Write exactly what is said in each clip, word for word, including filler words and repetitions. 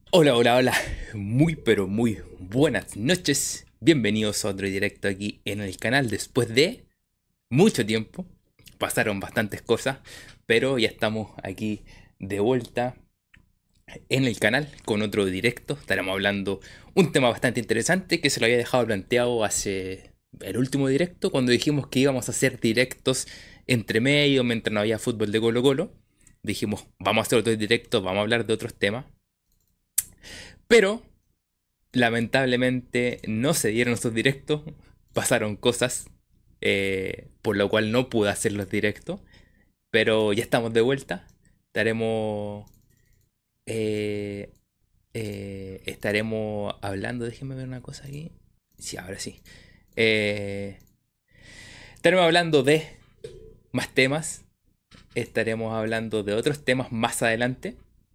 Hola, hola, hola. Muy, pero muy buenas noches. Bienvenidos a otro directo aquí en el canal después de mucho tiempo. Pasaron bastantes cosas, pero ya estamos aquí de vuelta en el canal con otro directo. Estaremos hablando un tema bastante interesante que se lo había dejado planteado hace el último directo, cuando dijimos que íbamos a hacer directos entre medio mientras no había fútbol de Colo Colo. Dijimos, vamos a hacer otro directo, vamos a hablar de otros temas. Pero lamentablemente no se dieron esos directos, pasaron cosas, eh, por lo cual no pude hacer los directos, pero ya estamos de vuelta, estaremos, eh, eh, estaremos hablando, déjenme ver una cosa aquí, sí, ahora sí, Eh, estaremos hablando de más temas, estaremos hablando de otros temas más adelante,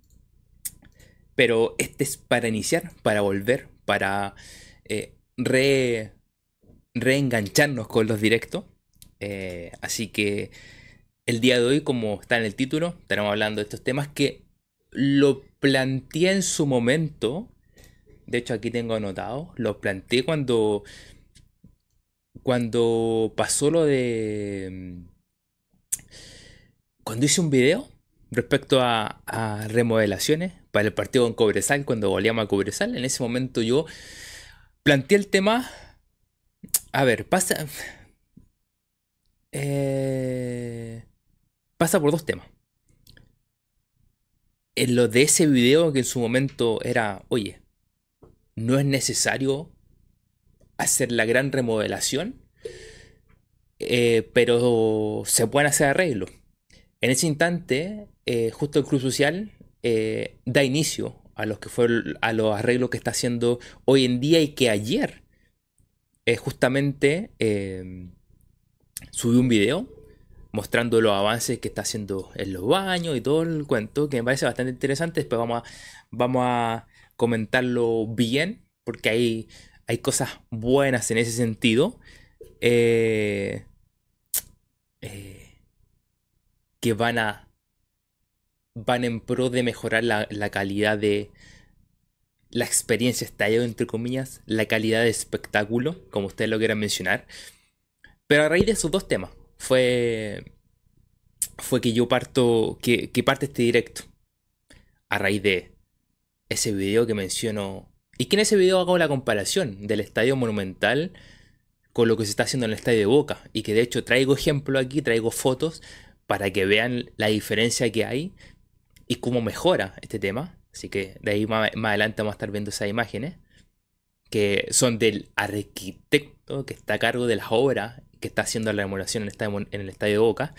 pero este es para iniciar, para volver, para eh, re reengancharnos con los directos. Eh, así que el día de hoy, como está en el título, estaremos hablando de estos temas que lo planteé en su momento. De hecho, aquí tengo anotado. Lo planteé cuando, cuando pasó lo de... Cuando hice un video respecto a, a remodelaciones para el partido con Cobresal, cuando goleamos a Cobresal. En ese momento yo planteé el tema. A ver, pasa... eh, pasa por dos temas. En lo de ese video que en su momento era, oye, no es necesario hacer la gran remodelación, eh, pero se pueden hacer arreglos. En ese instante, eh, justo el Club Social eh, da inicio a los que fue a los arreglos que está haciendo hoy en día y que ayer eh, justamente eh, subí un video mostrando los avances que está haciendo en los baños y todo el cuento, que me parece bastante interesante. Después vamos a, vamos a comentarlo bien, porque hay, hay cosas buenas en ese sentido, eh, eh, que van a van en pro de mejorar la, la calidad de la experiencia estadio, entre comillas, la calidad de espectáculo, como ustedes lo quieran mencionar. Pero a raíz de esos dos temas fue, fue que yo parto, que, que parte este directo. A raíz de ese video que menciono. Y que en ese video hago la comparación del Estadio Monumental con lo que se está haciendo en el Estadio de Boca. Y que de hecho traigo ejemplos aquí, traigo fotos para que vean la diferencia que hay y cómo mejora este tema. Así que de ahí más, más adelante vamos a estar viendo esas imágenes, que son del arquitecto que está a cargo de las obras que está haciendo la remodelación en el Estadio, en el estadio de Boca.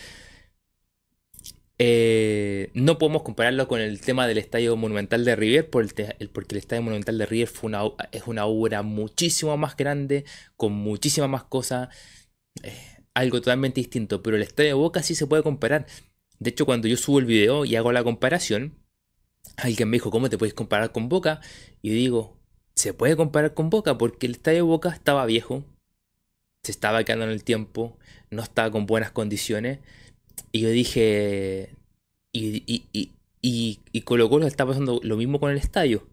Eh, no podemos compararlo con el tema del Estadio Monumental de River, por el te- el- porque el Estadio Monumental de River fue una, o- es una obra muchísimo más grande, con muchísimas más cosas, eh, algo totalmente distinto, pero el Estadio de Boca sí se puede comparar. De hecho, cuando yo subo el video y hago la comparación, alguien me dijo, ¿cómo te puedes comparar con Boca? Y yo digo, se puede comparar con Boca porque el Estadio de Boca estaba viejo, se estaba quedando en el tiempo, no estaba con buenas condiciones, y yo dije, y, y, y, y, y Colo Colo está pasando lo mismo con el estadio.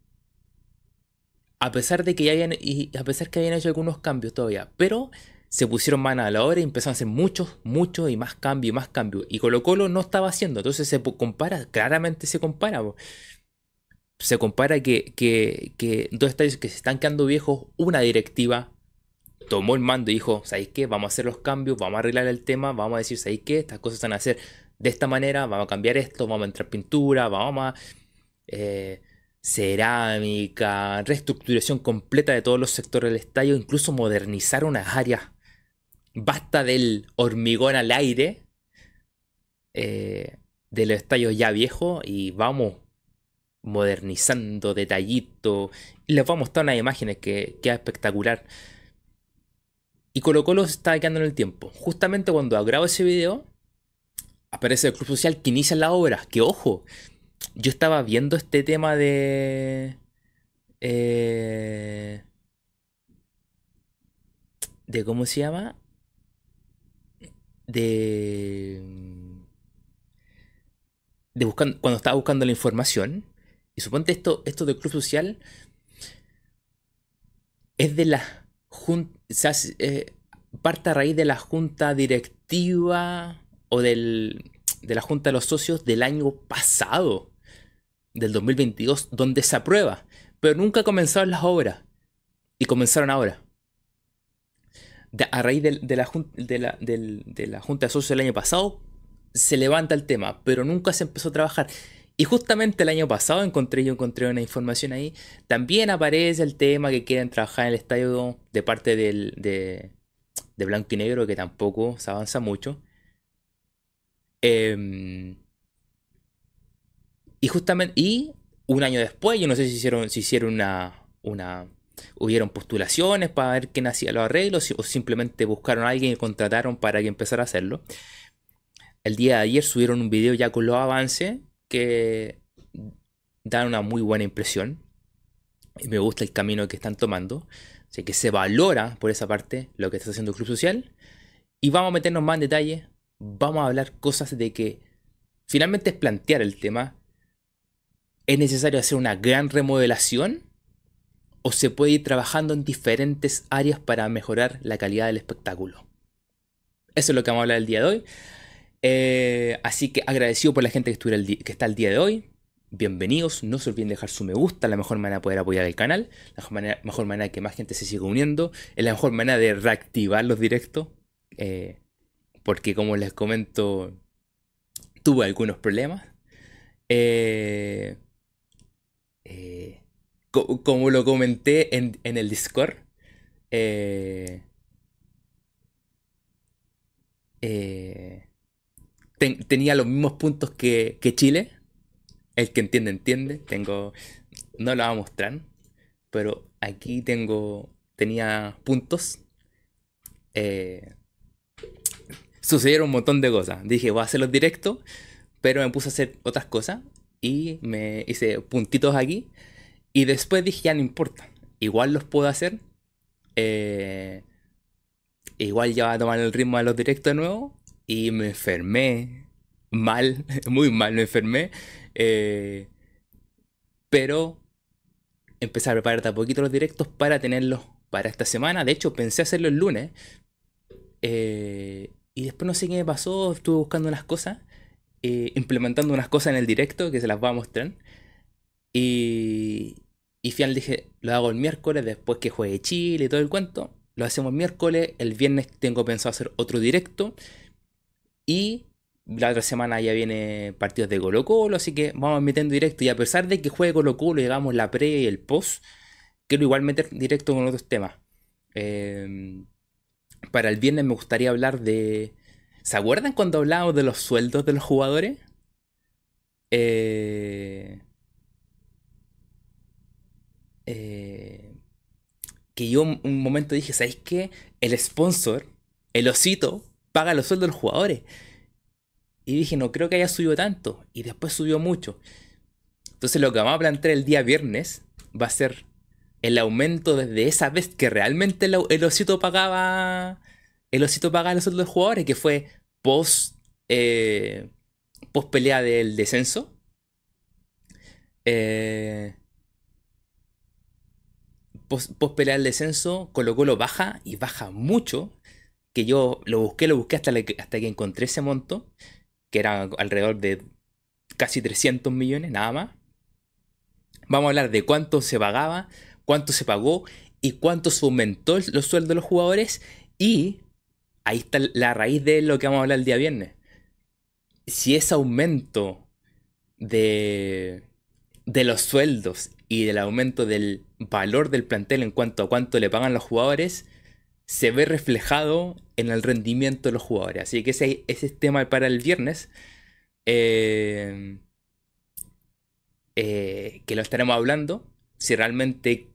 A pesar de que ya habían, y a pesar que habían hecho algunos cambios todavía, pero se pusieron manos a la obra y empezaron a hacer muchos, muchos y más cambios y más cambios. Y Colo Colo no estaba haciendo, entonces se po- compara, claramente se compara. Po. Se compara que, que, que dos estadios que se están quedando viejos, una directiva tomó el mando y dijo, ¿sabéis qué? Vamos a hacer los cambios, vamos a arreglar el tema, vamos a decir, ¿sabéis qué? Estas cosas se van a hacer de esta manera, vamos a cambiar esto, vamos a entrar pintura, vamos a eh, cerámica, reestructuración completa de todos los sectores del estadio, incluso modernizar unas áreas. Basta del hormigón al aire, eh, de los estadios ya viejos y vamos modernizando detallito. Y les voy a mostrar unas imágenes que queda espectacular. Y Colo Colo se está quedando en el tiempo. Justamente cuando grabo ese video, aparece el Club Social que inicia la obra. Que ojo, yo estaba viendo este tema de... eh, de ¿cómo se llama? De... de buscando, cuando estaba buscando la información. Y suponte esto, esto del club social es de la junta, se hace, eh, parte a raíz de la junta directiva o del, de la junta de los socios del año pasado, del dos mil veintidós, donde se aprueba. Pero nunca comenzaron las obras. Y comenzaron ahora. De- a raíz del- de, la, jun- de, la, del- de la junta de socios del año pasado, se levanta el tema, pero nunca se empezó a trabajar. Y justamente el año pasado encontré, yo encontré una información ahí. También aparece el tema que quieren trabajar en el estadio de parte del, de, de Blanco y Negro, que tampoco se avanza mucho. Em, y justamente, y un año después, yo no sé si hicieron, si hicieron una, una, hubieron postulaciones para ver quién hacía los arreglos o simplemente buscaron a alguien y contrataron para que empezara a hacerlo. El día de ayer subieron un video ya con los avances que dan una muy buena impresión. Y me gusta el camino que están tomando. Así que se valora por esa parte lo que está haciendo el Club Social. Y vamos a meternos más en detalle. Vamos a hablar cosas de que finalmente es plantear el tema. ¿Es necesario hacer una gran remodelación? ¿O se puede ir trabajando en diferentes áreas para mejorar la calidad del espectáculo? Eso es lo que vamos a hablar el día de hoy. Eh, así que agradecido por la gente que, estuviera el di- que está el día de hoy. Bienvenidos, no se olviden dejar su me gusta, la mejor manera de poder apoyar el canal, la mejor manera, mejor manera de que más gente se siga uniendo, es la mejor manera de reactivar los directos, eh, porque como les comento, tuve algunos problemas. Eh, eh, co- como lo comenté en, en el Discord, eh, eh, ten- tenía los mismos puntos que, que Chile. El que entiende, entiende. Tengo. No lo voy a mostrar. Pero aquí tengo. Tenía puntos. eh, Sucedieron un montón de cosas. Dije, voy a hacer los directos. Pero me puse a hacer otras cosas. Y me hice puntitos aquí. Y después dije, ya no importa. Igual los puedo hacer. eh, Igual ya va a tomar el ritmo de los directos de nuevo. Y me enfermé. Mal. Muy mal me enfermé. eh, pero empecé a preparar de a poquito los directos para tenerlos para esta semana. De hecho, pensé hacerlo el lunes. eh, y después no sé qué me pasó. Estuve buscando unas cosas. eh, implementando unas cosas en el directo que se las voy a mostrar. Y, y final dije, lo hago el miércoles después que juegue Chile y todo el cuento. Lo hacemos el miércoles. El viernes tengo pensado hacer otro directo. Y la otra semana ya viene partidos de Colo Colo. Así que vamos metiendo directo. Y a pesar de que juegue Colo Colo, llegamos la pre y el post. Quiero igual meter directo con otros temas. Eh, para el viernes me gustaría hablar de... ¿Se acuerdan cuando hablábamos de los sueldos de los jugadores? Eh, eh, que yo un un momento dije, ¿sabéis qué? El sponsor, el osito, paga los sueldos de los jugadores. Y dije, no creo que haya subido tanto. Y después subió mucho. Entonces lo que vamos a plantear el día viernes va a ser el aumento desde esa vez que realmente el, el osito pagaba. El osito pagaba los sueldos de los jugadores, que fue post. eh, post pelea del descenso. Eh, post, post pelea del descenso, Colo Colo baja y baja mucho. Que yo lo busqué, lo busqué hasta, la que- hasta que encontré ese monto, que era alrededor de casi trescientos millones, nada más. Vamos a hablar de cuánto se pagaba, cuánto se pagó y cuánto se aumentó el- los sueldos de los jugadores. Y ahí está la raíz de lo que vamos a hablar el día viernes. Si ese aumento de, de los sueldos y del aumento del valor del plantel en cuanto a cuánto le pagan los jugadores, se ve reflejado en el rendimiento de los jugadores. Así que ese, ese es tema para el viernes. eh, eh, que lo estaremos hablando. Si realmente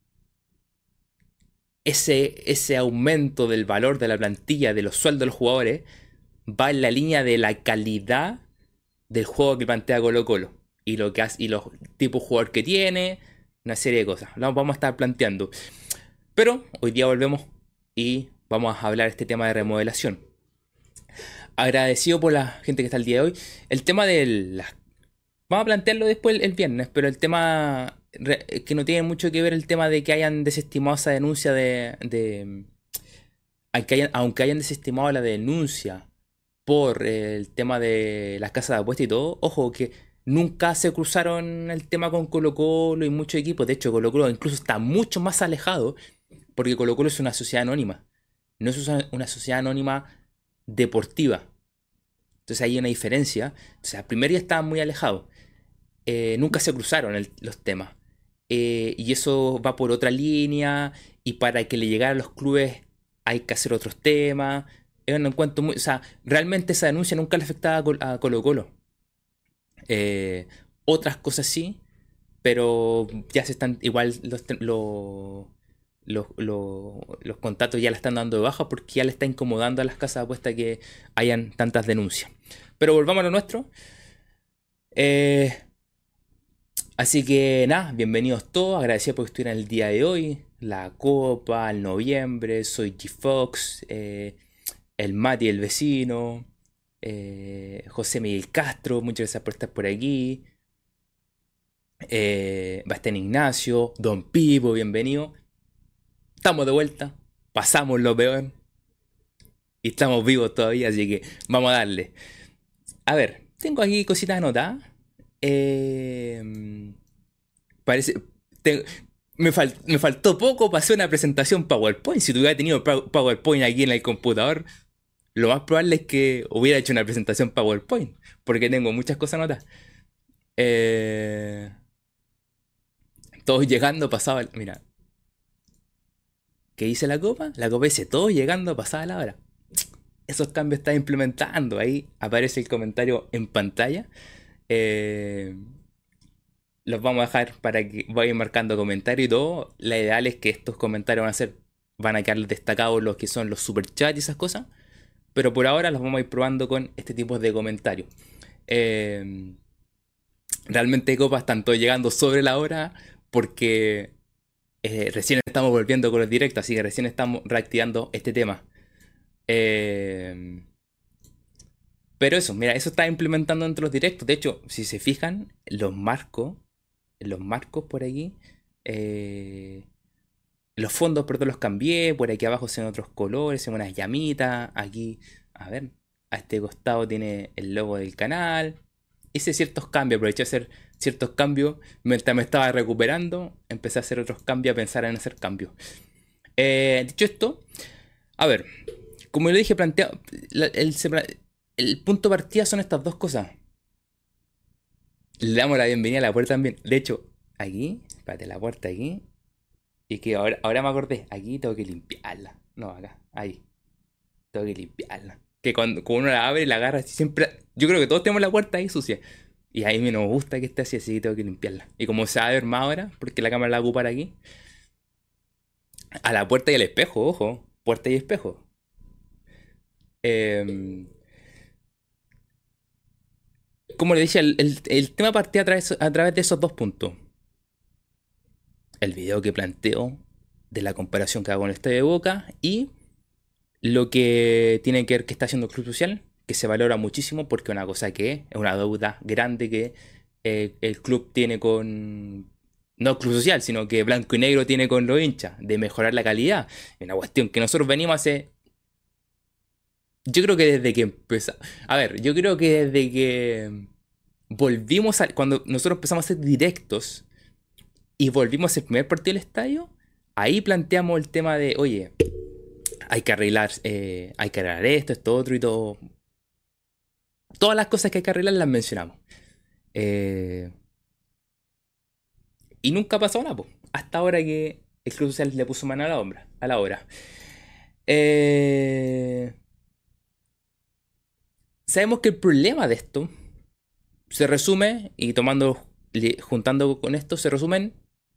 ese, ese aumento del valor de la plantilla, de los sueldos de los jugadores, va en la línea de la calidad del juego que plantea Colo Colo. Y, lo que hace, y los tipos de jugador que tiene, una serie de cosas. Lo vamos a estar planteando. Pero hoy día volvemos y vamos a hablar de este tema de remodelación. Agradecido por la gente que está el día de hoy. El tema de las Vamos a plantearlo después el, el viernes, pero el tema re- es que no tiene mucho que ver el tema de que hayan desestimado esa denuncia de, de aunque hayan, aunque hayan desestimado la denuncia por eh, el tema de las casas de apuestas y todo, ojo que nunca se cruzaron el tema con Colo Colo y muchos equipos. De hecho, Colo Colo incluso está mucho más alejado porque Colo Colo es una sociedad anónima. No es una una sociedad anónima deportiva. Entonces hay una diferencia. O sea, primero ya estaban muy alejados. Eh, nunca se cruzaron el- los temas. Eh, y eso va por otra línea. Y para que le llegara a los clubes hay que hacer otros temas. Es un encuentro muy. O sea, realmente esa denuncia nunca le afectaba a Col- a Colo Colo. Eh, Otras cosas sí, pero ya se están. Igual los, te- lo- los, los- los contactos ya la están dando de baja porque ya le está incomodando a las casas de apuestas que hayan tantas denuncias. Pero volvamos a lo nuestro. Eh, Así que nada, bienvenidos todos, agradecido por que estuvieran el día de hoy, la Copa, el noviembre, soy G-Fox, eh, el Mati el vecino, eh, José Miguel Castro, muchas gracias por estar por aquí, eh, Bastián Ignacio, Don Pipo, bienvenido, estamos de vuelta, pasamos lo peor y estamos vivos todavía, así que vamos a darle. A ver, tengo aquí cositas anotadas. Eh, Parece. te- me, fal- me faltó poco para hacer una presentación PowerPoint. Si tuviera tenido Pow- PowerPoint aquí en el computador, lo más probable es que hubiera hecho una presentación PowerPoint. Porque tengo muchas cosas anotadas. Eh, Todos llegando pasado. el- Mira, ¿qué dice la copa? La copa dice todos llegando pasada la hora. Esos cambios están implementando. Ahí aparece el comentario en pantalla. Eh, los vamos a dejar para que vayan marcando comentarios y todo. La ideal es que estos comentarios van a ser, van a quedar destacados los que son los superchats y esas cosas. Pero por ahora los vamos a ir probando con este tipo de comentarios. Eh, Realmente copas están todos llegando sobre la hora porque eh, recién estamos volviendo con los directos, así que recién estamos reactivando este tema. Eh, pero eso, mira, eso está implementando entre los directos. De hecho, si se fijan, los marcos, los marcos por aquí, eh, los fondos, perdón, los cambié. Por aquí abajo son otros colores, son unas llamitas. Aquí, a ver, a este costado tiene el logo del canal. Hice ciertos cambios, aproveché a hacer ciertos cambios. Mientras me estaba recuperando, empecé a hacer otros cambios, a pensar en hacer cambios. Eh, dicho esto, a ver, como le dije, plantea, la- el, se- el punto de partida son estas dos cosas. Le damos la bienvenida a la puerta también. De hecho, aquí, espérate, la puerta aquí. Y que ahora, ahora me acordé, aquí tengo que limpiarla. No, acá, ahí. Tengo que limpiarla. Que cuando, cuando uno la abre y la agarra, siempre. Yo creo que todos tenemos la puerta ahí sucia. Y a mí me no gusta que esté así, así que tengo que limpiarla. Y como se va a ver más ahora, porque la cámara la voy a ocupar aquí, a la puerta y al espejo, ojo. Puerta y espejo. Em, Como le dije, el, el- el tema partía a través, a través de esos dos puntos. El video que planteo de la comparación que hago con el Estadio de Boca y lo que tiene que ver que está haciendo el Club Social, que se valora muchísimo porque una cosa que es, es una deuda grande que eh, el club tiene con... No el Club Social, sino que Blanco y Negro tiene con los hinchas, de mejorar la calidad. Es una cuestión que nosotros venimos hace... Yo creo que desde que empezó... A ver, yo creo que desde que volvimos a... Cuando nosotros empezamos a hacer directos y volvimos al primer partido del estadio, ahí planteamos el tema de, oye, hay que arreglar, eh, hay que arreglar esto, esto, otro y todo. Todas las cosas que hay que arreglar las mencionamos. Eh, y nunca pasó nada, po, hasta ahora que el Club Social le puso mano a la obra. A la obra. Eh, Sabemos que el problema de esto se resume, y tomando, juntando con esto, se resumen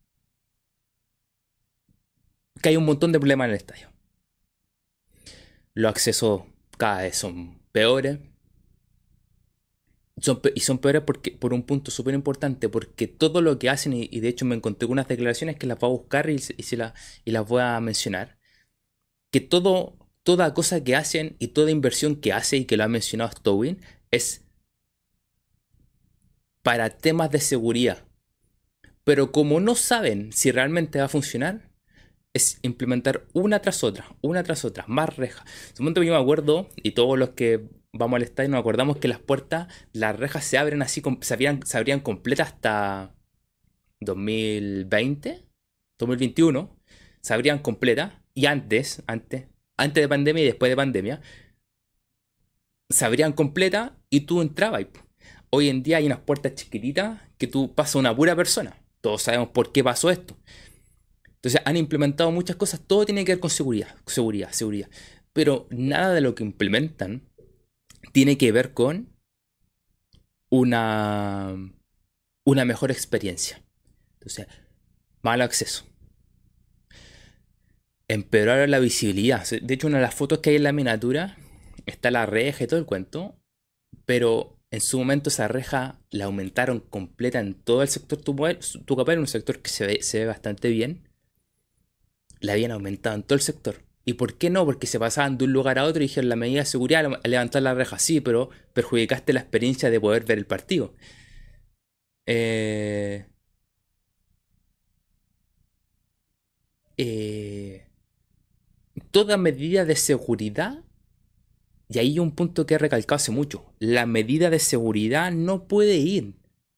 que hay un montón de problemas en el estadio. Los accesos cada vez son peores. Son pe- y son peores porque, por un punto súper importante, porque todo lo que hacen, y, y de hecho me encontré con unas declaraciones que las voy a buscar y, se- y, se la- y las voy a mencionar, que todo, toda cosa que hacen y toda inversión que hace, y que lo ha mencionado Stowin, es para temas de seguridad. Pero como no saben si realmente va a funcionar, es implementar una tras otra, una tras otra, más rejas. En su momento yo me acuerdo, y todos los que vamos al estadio nos acordamos que las puertas, las rejas se abren así, se abrían, se abrían completas hasta dos mil veinte, dos mil veintiuno, se abrían completas, y antes, antes, antes de pandemia y después de pandemia, se abrían completas y tú entrabas. Hoy en día hay unas puertas chiquititas que tú pasas una pura persona. Todos sabemos por qué pasó esto. Entonces han implementado muchas cosas, todo tiene que ver con seguridad, seguridad, seguridad. Pero nada de lo que implementan tiene que ver con una, una mejor experiencia. Entonces, malo acceso. Empeorar la visibilidad. De hecho, una de las fotos que hay en la miniatura está la reja y todo el cuento, pero en su momento esa reja la aumentaron completa en todo el sector Tucapel, un sector que se ve, se ve bastante bien. La habían aumentado en todo el sector. ¿Y por qué no? Porque se pasaban de un lugar a otro y dijeron la medida de seguridad al levantar la reja, sí, pero perjudicaste la experiencia de poder ver el partido. Eh, eh, Toda medida de seguridad, y ahí hay un punto que he recalcado hace mucho, la medida de seguridad no puede ir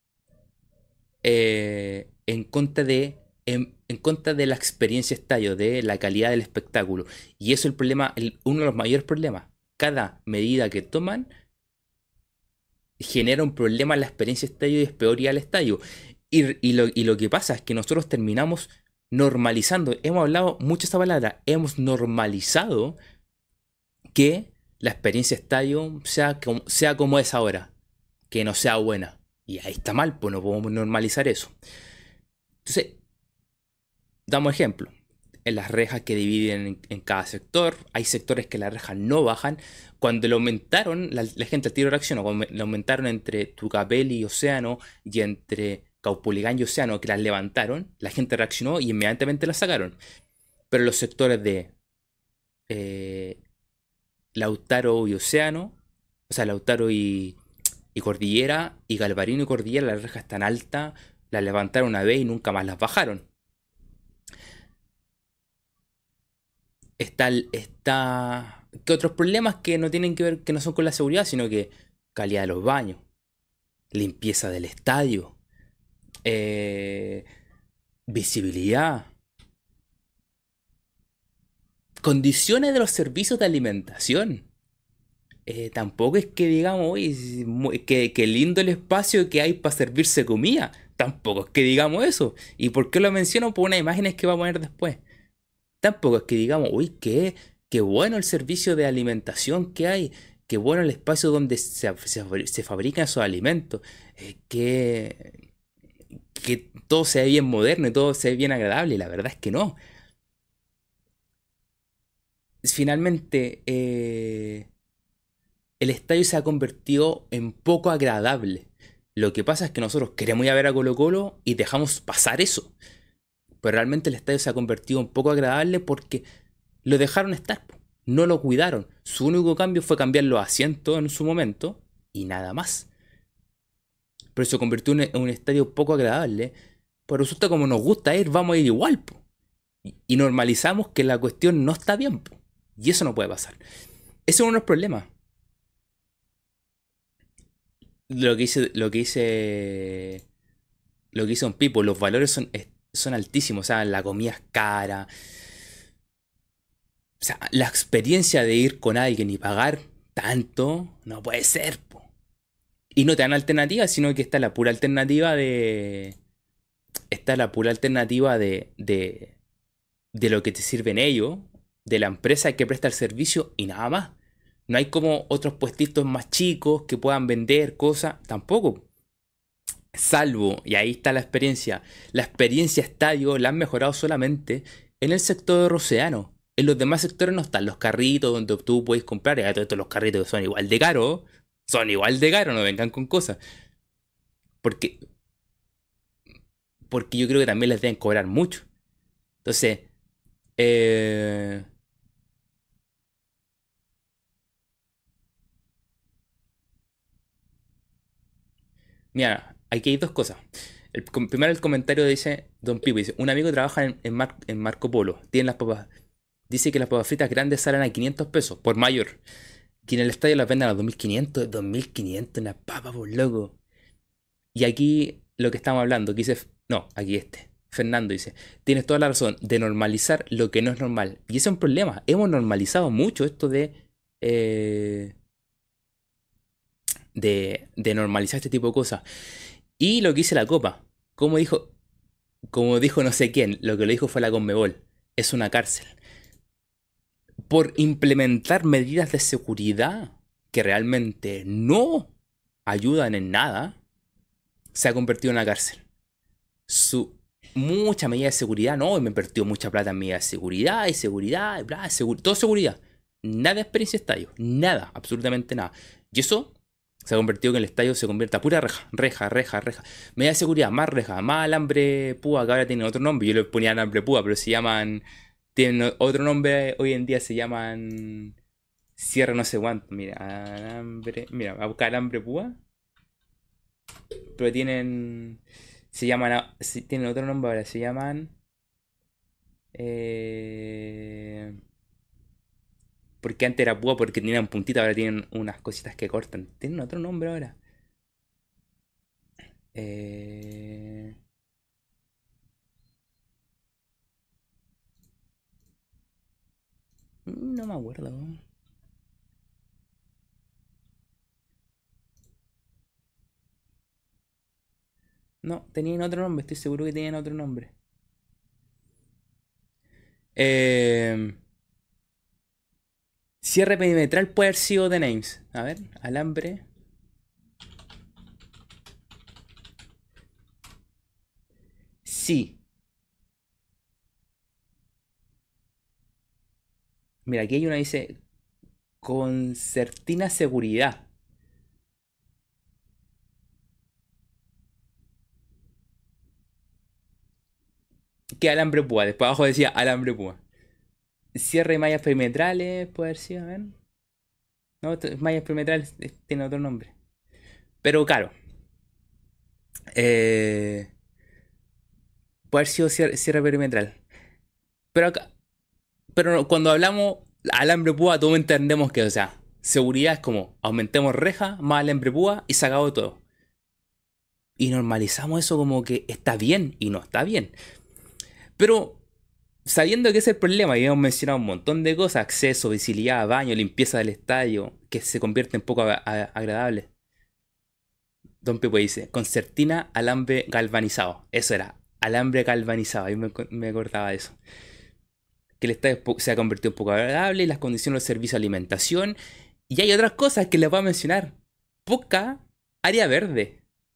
eh, en contra de en, en contra de la experiencia estadio, de la calidad del espectáculo. Y eso es el problema, el- uno de los mayores problemas. Cada medida que toman genera un problema en la experiencia estadio y es peor ir al estadio. Y, y lo, y lo que pasa es que nosotros terminamos normalizando, hemos hablado mucho esta palabra, hemos normalizado que la experiencia estadio sea como, sea como es ahora, que no sea buena. Y ahí está mal, pues no podemos normalizar eso. Entonces, damos ejemplo. En las rejas que dividen en, en cada sector, hay sectores que las rejas no bajan. Cuando lo aumentaron, la, la gente al tiro reaccionó. Cuando lo aumentaron entre Tucapel y Océano y entre Caupolicán y Océano, que las levantaron, la gente reaccionó y inmediatamente las sacaron. Pero los sectores de eh, Lautaro y Océano, o sea, Lautaro y, y Cordillera, y Galvarino y Cordillera, las rejas están altas, las levantaron una vez y nunca más las bajaron. Está, está que otros problemas que no tienen que ver, que no son con la seguridad, sino que calidad de los baños, limpieza del estadio, eh, visibilidad, condiciones de los servicios de alimentación. Eh, tampoco es que digamos, uy, que, que lindo el espacio que hay para servirse comida. Tampoco es que digamos eso. ¿Y por qué lo menciono? Por unas imágenes que va a poner después. Tampoco es que digamos, uy, qué, qué bueno el servicio de alimentación que hay, qué bueno el espacio donde se, se, se fabrican esos alimentos, eh, que, que todo se ve bien moderno y todo se ve bien agradable, y la verdad es que no. Finalmente, eh, el estadio se ha convertido en poco agradable. Lo que pasa es que nosotros queremos ir a ver a Colo Colo y dejamos pasar eso. Pero realmente el estadio se ha convertido en poco agradable porque lo dejaron estar, po. No lo cuidaron. Su único cambio fue cambiar los asientos en su momento y nada más. Pero se convirtió en un estadio poco agradable. Pero resulta como nos gusta ir, vamos a ir igual, po. Y, y normalizamos que la cuestión no está bien, po. Y eso no puede pasar. Ese es uno de los problemas. Lo que dice, lo que dice, lo que dice un Pipo, los valores son, son altísimos. O sea, la comida es cara. O sea, la experiencia de ir con alguien y pagar tanto no puede ser, po. Y no te dan alternativa, sino que está la pura alternativa de. Está la pura alternativa de, de, de lo que te sirven ellos, de la empresa que presta el servicio y nada más. No hay como otros puestitos más chicos que puedan vender cosas, tampoco. Salvo, y ahí está la experiencia, la experiencia estadio la han mejorado solamente en el sector océano. En los demás sectores no están los carritos donde tú puedes comprar, y todos los carritos que son igual de caros, son igual de caros, no vengan con cosas. Porque, porque yo creo que también les deben cobrar mucho. Entonces, eh, mira, aquí hay dos cosas. El, com- primero el comentario dice, Don Pipo dice, un amigo trabaja en, en, Mar- en Marco Polo, tiene las papas, dice que las papas fritas grandes salen a quinientos pesos por mayor. Que en el estadio las venden a dos mil quinientos, dos mil quinientos una papa, por loco. Y aquí lo que estamos hablando, que dice, no, aquí este. Fernando dice, tienes toda la razón, de normalizar lo que no es normal. Y ese es un problema. Hemos normalizado mucho esto de, eh, de, de normalizar este tipo de cosas. Y lo que dice la Copa, como dijo, como dijo no sé quién, lo que lo dijo fue la Conmebol, es una cárcel. Por implementar medidas de seguridad que realmente no ayudan en nada, se ha convertido en una cárcel. Su mucha medida de seguridad, no, y me invirtió mucha plata en medidas de seguridad y seguridad, y bla, seguro, todo seguridad. Nada de experiencia de estadio, nada, absolutamente nada. Y eso se ha convertido en que el estadio se convierta a pura reja, reja, reja, reja. Medidas de seguridad, más reja, más alambre púa, que ahora tienen otro nombre. Yo le ponía alambre púa, pero se llaman. Tienen otro nombre hoy en día, se llaman. Cierre no sé cuánto. Mira, alambre. Mira, a buscar alambre púa. Pero tienen. Se llaman. Tienen otro nombre ahora, se llaman. Eh, porque antes era púa porque tenían puntita, ahora tienen unas cositas que cortan. Tienen otro nombre ahora. Eh, no me acuerdo. No, tenían otro nombre, estoy seguro que tenían otro nombre. Eh, Cierre perimetral puede haber sido The Names. A ver, alambre. Sí. Mira, aquí hay una que dice concertina seguridad. ¿Qué alambre púa? Después abajo decía alambre púa. Cierre de mallas perimetrales, puede haber sido, a ver. No, esto- mallas perimetrales eh, tiene otro nombre. Pero claro, eh, puede haber sido cierre, cierre perimetral. Pero acá, pero no, cuando hablamos alambre púa, todos entendemos que, o sea, seguridad es como aumentemos reja, más alambre púa y se acabó todo. Y normalizamos eso como que está bien y no está bien. Pero sabiendo que ese es el problema, y hemos mencionado un montón de cosas, acceso, visibilidad, baño, limpieza del estadio, que se convierte en poco a- a- agradable. Don Pepe dice, concertina, alambre galvanizado. Eso era, alambre galvanizado. Ahí me, me acordaba de eso. Que el estadio se ha convertido en poco agradable y las condiciones del servicio de alimentación. Y hay otras cosas que les voy a mencionar. Poca área verde.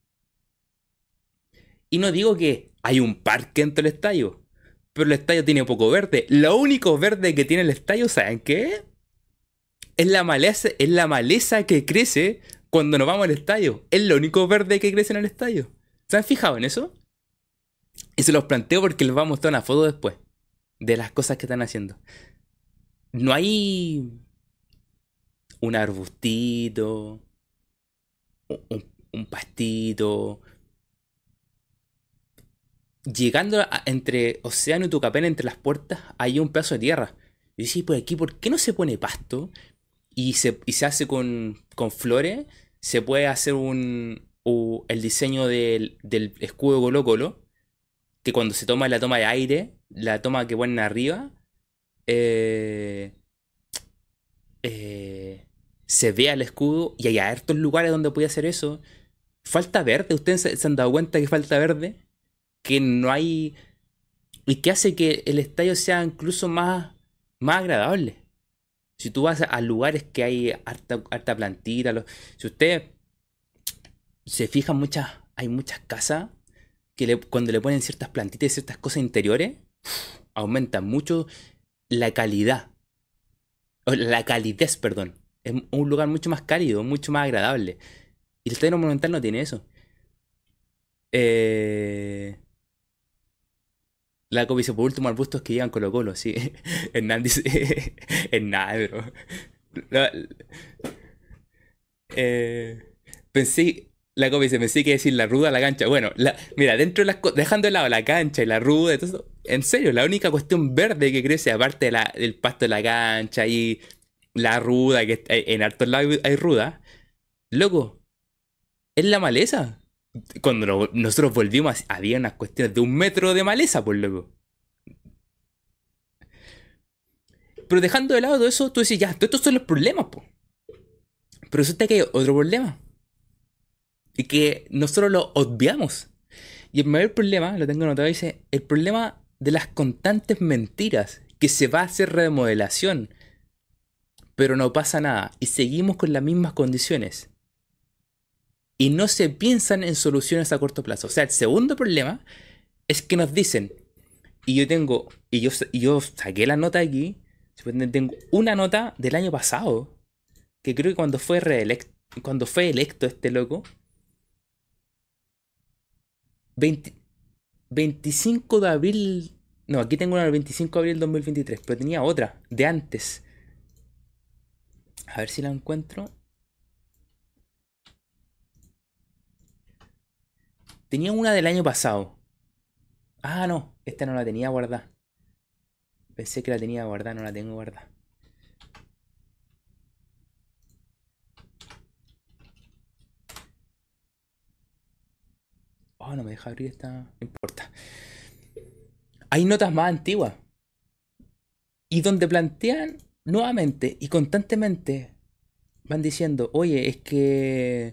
Y no digo que hay un parque dentro del estadio, pero el estadio tiene poco verde. Lo único verde que tiene el estadio, ¿saben qué? Es la maleza, es la maleza que crece cuando nos vamos al estadio. Es lo único verde que crece en el estadio. ¿Se han fijado en eso? Y se los planteo porque les voy a mostrar una foto después de las cosas que están haciendo. No hay un arbustito, un, un- un pastito. Llegando a- entre Océano y Tucapel, entre las puertas, hay un pedazo de tierra. Y yo decía, por aquí, ¿por qué no se pone pasto? Y se, y se hace con, con flores. Se puede hacer un, u- el diseño del, del escudo Colo Colo. Que cuando se toma la toma de aire, la toma que ponen arriba, eh, eh, se vea el escudo. Y hay hartos lugares donde puede hacer eso. Falta verde. ¿Ustedes se, se han dado cuenta que falta verde? Que no hay. Y que hace que el estadio sea incluso más, más agradable. Si tú vas a lugares que hay harta, harta plantita, lo- si usted se fija, muchas, hay muchas casas que le- cuando le ponen ciertas plantitas y ciertas cosas interiores, aumentan mucho la calidad, o la calidez, perdón. Es un lugar mucho más cálido, mucho más agradable. Y el Estadio Monumental no tiene eso. Eh, la dice, por último, arbustos que llegan Colo Colo, sí. Hernán dice, Hernán, bro. No, eh, pensé. La copia se me sigue decir la ruda, la cancha. Bueno, la, mira, dentro de las co- dejando de lado la cancha y la ruda y todo eso, en serio, la única cuestión verde que crece, aparte de la- del pasto de la cancha y la ruda, que está- en hartos lados hay, hay ruda, loco, es la maleza. Cuando no- nosotros volvimos, había unas cuestiones de un metro de maleza, por loco. Pero dejando de lado todo eso, tú decís, ya, todos estos son los problemas, po. Pero resulta que hay otro problema. Y que nosotros lo obviamos. Y el mayor problema, lo tengo anotado, dice, el problema de las constantes mentiras, que se va a hacer remodelación, pero no pasa nada, y seguimos con las mismas condiciones. Y no se piensan en soluciones a corto plazo. O sea, el segundo problema es que nos dicen, y yo tengo, y yo, y yo saqué la nota aquí, tengo una nota del año pasado, que creo que cuando fue reelect, cuando fue electo este loco, veinte veinticinco de abril. No, aquí tengo una del veinticinco de abril del dos mil veintitrés, pero tenía otra, de antes. A ver si la encuentro. Tenía una del año pasado. Ah, no, esta no la tenía guardada. Pensé que la tenía guardada, no la tengo guardada. Oh, no me deja abrir esta. No importa. Hay notas más antiguas. Y donde plantean nuevamente y constantemente van diciendo, oye, es que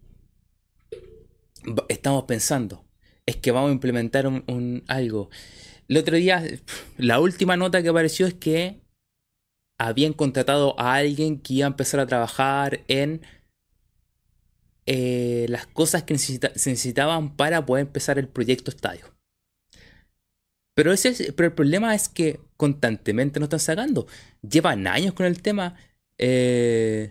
estamos pensando, es que vamos a implementar un, un algo. El otro día, la última nota que apareció es que habían contratado a alguien que iba a empezar a trabajar en eh, las cosas que necesita- se necesitaban para poder empezar el proyecto estadio. Pero, ese es- pero el problema es que constantemente nos están sacando. Llevan años con el tema. eh,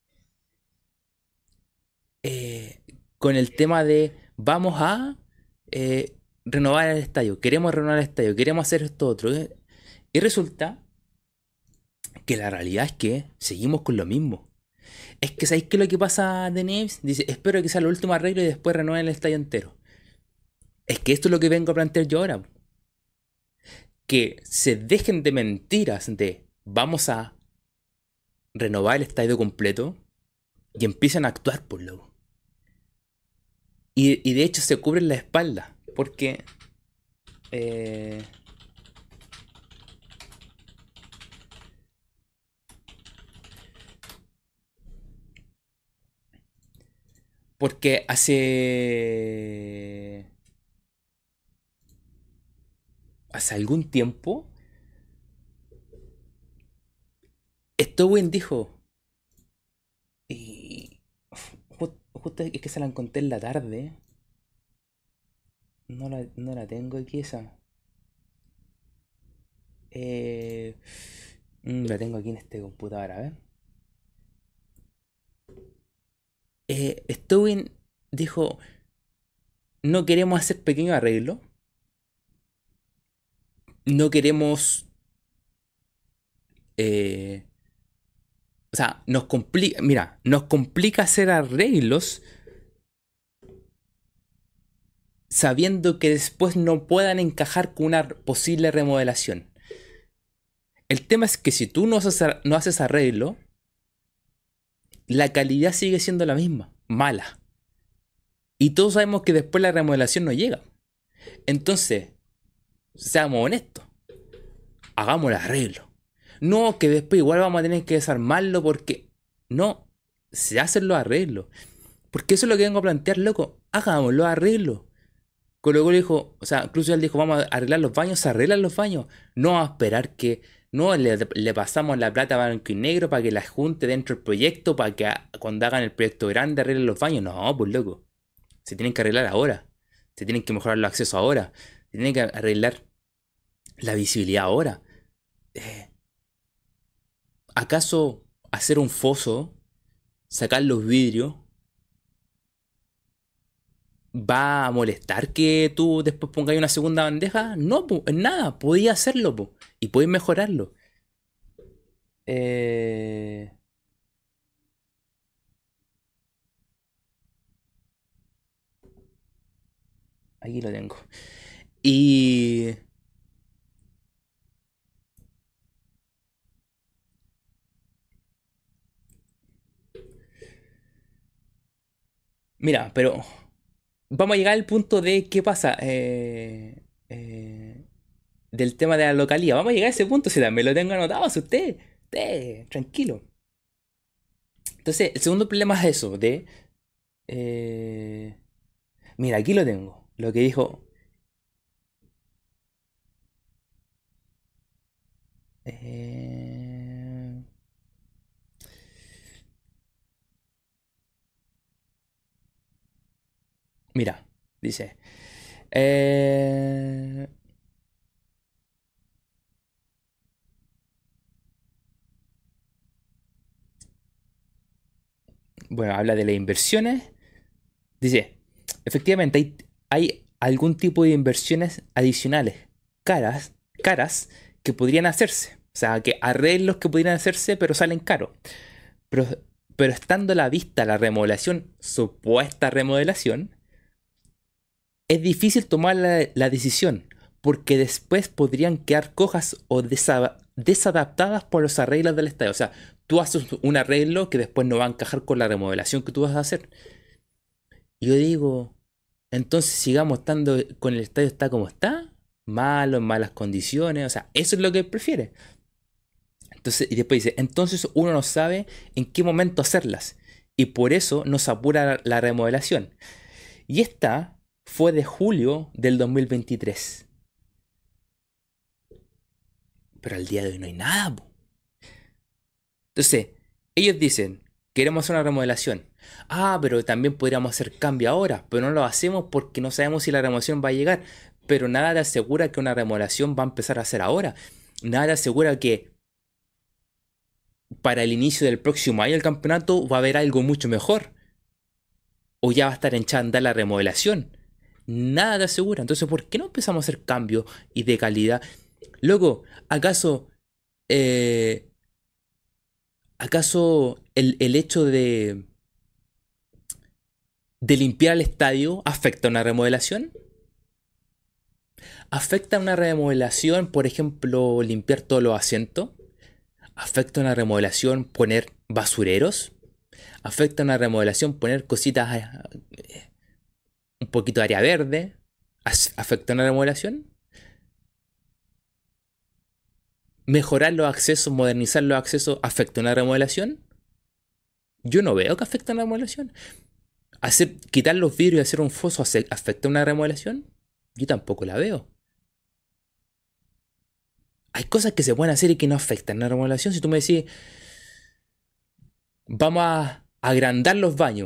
eh, con el tema de vamos a eh, renovar el estadio, queremos renovar el estadio, queremos hacer esto otro. eh, Y resulta que la realidad es que seguimos con lo mismo. Es que ¿sabéis qué es lo que pasa de Neves? Dice, espero que sea el último arreglo y después renueven el estadio entero. Es que esto es lo que vengo a plantear yo ahora. Que se dejen de mentiras de vamos a renovar el estadio completo y empiezan a actuar por lo. Y, y de hecho se cubren la espalda. Porque eh, porque hace. Hace algún tiempo. Stowin dijo. Y. ju- Justo es que se la encontré en la tarde. No la, no la tengo aquí esa. Eh, mm, la tengo aquí en este computador, a ver. Eh, Stowin dijo. No queremos hacer pequeños arreglos. No queremos. eh, o sea, nos complica. Mira, nos complica hacer arreglos sabiendo que después no puedan encajar con una posible remodelación. El tema es que si tú no haces, no haces arreglo, la calidad sigue siendo la misma, mala. Y todos sabemos que después la remodelación no llega. Entonces, seamos honestos, hagamos el arreglo. No, que después igual vamos a tener que desarmarlo porque... No, se hacen los arreglos. Porque eso es lo que vengo a plantear, loco. Hagamos los arreglos. Colo Colo dijo, o sea, Crucial dijo, vamos a arreglar los baños, se arreglan los baños. No a esperar que, no, le, le pasamos la plata a blanco y negro para que la junte dentro del proyecto, para que a- cuando hagan el proyecto grande arreglen los baños. No, pues loco, se tienen que arreglar ahora. Se tienen que mejorar los accesos ahora. Se tienen que arreglar la visibilidad ahora. Eh, ¿Acaso hacer un foso, sacar los vidrios, va a molestar que tú después pongáis una segunda bandeja? No, pues, en nada, podía hacerlo, po, y podéis mejorarlo. Eh, Aquí lo tengo. Y... Mira, pero vamos a llegar al punto de qué pasa eh, eh, del tema de la localía. Vamos a llegar a ese punto, si también lo tengo anotado, si usted, usted, tranquilo. Entonces, el segundo problema es eso, de... eh, mira, aquí lo tengo. Lo que dijo... eh, mira, dice... eh, bueno, habla de las inversiones. Dice, efectivamente hay, hay algún tipo de inversiones adicionales, caras, caras, que podrían hacerse. O sea, que arreglos que podrían hacerse, pero salen caros. Pero, pero estando a la vista la remodelación, supuesta remodelación, es difícil tomar la, la decisión, porque después podrían quedar cojas o desa- desadaptadas por los arreglos del estadio. O sea, tú haces un arreglo que después no va a encajar con la remodelación que tú vas a hacer. Y yo digo, entonces sigamos estando con el estadio está como está, malo, en malas condiciones, o sea, eso es lo que él prefiere. Entonces, y después dice, entonces uno no sabe en qué momento hacerlas, y por eso nos apura la, la remodelación. Y esta fue de julio del dos mil veintitrés. Pero al día de hoy no hay nada, po. Entonces, ellos dicen, queremos hacer una remodelación. Ah, pero también podríamos hacer cambio ahora, pero no lo hacemos porque no sabemos si la remodelación va a llegar. Pero nada te asegura que una remodelación va a empezar a hacer ahora. Nada te asegura que para el inicio del próximo año el campeonato va a haber algo mucho mejor. O ya va a estar echada a andar la remodelación. Nada te asegura. Entonces, ¿por qué no empezamos a hacer cambios y de calidad? Luego, ¿acaso eh, ¿acaso el, el hecho de, de limpiar el estadio afecta a una remodelación? ¿Afecta a una remodelación, por ejemplo, limpiar todos los asientos? ¿Afecta a una remodelación poner basureros? ¿Afecta a una remodelación poner cositas, eh, un poquito de área verde? ¿As- ¿Afecta a una remodelación? ¿Mejorar los accesos, modernizar los accesos, afecta a una remodelación? Yo no veo que afecte a una remodelación. ¿Hacer, quitar los vidrios y hacer un foso hace- afecta a una remodelación? Yo tampoco la veo. Hay cosas que se pueden hacer y que no afectan la remodelación. Si tú me decís, vamos a agrandar los baños.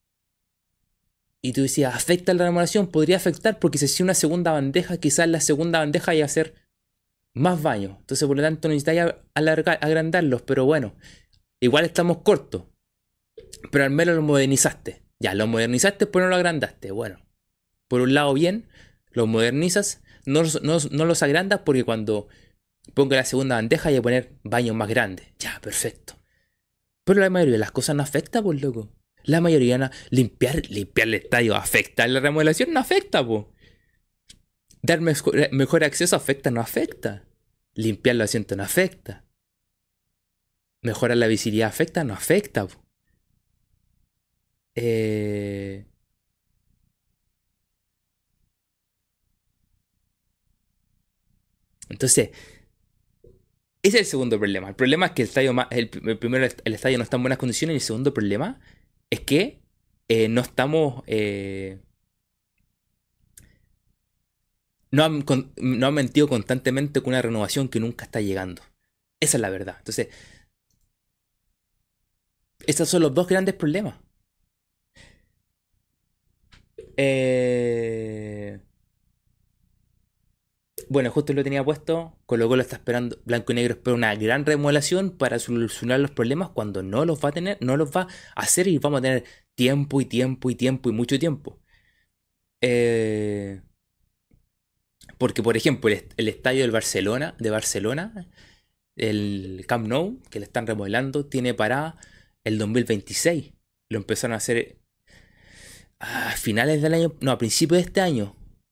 Y tú decías, ¿afecta la remodelación? Podría afectar porque si hacía una segunda bandeja, quizás la segunda bandeja iba a ser más baños. Entonces, por lo tanto, necesitáis alargar, agrandarlos. Pero bueno, igual estamos cortos. Pero al menos lo modernizaste. Ya, lo modernizaste, pero no lo agrandaste. Bueno, por un lado bien, los modernizas, no, los- no, no los agrandas porque cuando ponga la segunda bandeja voy a poner baños más grandes. Ya, perfecto. Pero la mayoría de las cosas no afecta, pues, loco. La mayoría no. Limpiar, limpiar el estadio afecta. La remodelación no afecta, pues. Dar mejor, mejor acceso afecta, no afecta. Limpiar los asientos no afecta. Mejorar la visibilidad afecta, no afecta, po. Eh, entonces, ese es el segundo problema. El problema es que el estadio ma- el, el primero, el estadio no está en buenas condiciones. Y el segundo problema es que eh, no estamos. eh, no, han, con- no han mentido constantemente con una renovación que nunca está llegando. Esa es la verdad. Entonces, esos son los dos grandes problemas. Eh, bueno, justo lo tenía puesto. Colo Colo está esperando, Blanco y Negro espera una gran remodelación para solucionar los problemas cuando no los va a tener, no los va a hacer y vamos a tener tiempo y tiempo y tiempo y mucho tiempo. Eh, porque, por ejemplo, el, el estadio del Barcelona, de Barcelona, el Camp Nou, que le están remodelando, tiene para el dos mil veintiséis. Lo empezaron a hacer a finales del año, no, a principios de este año.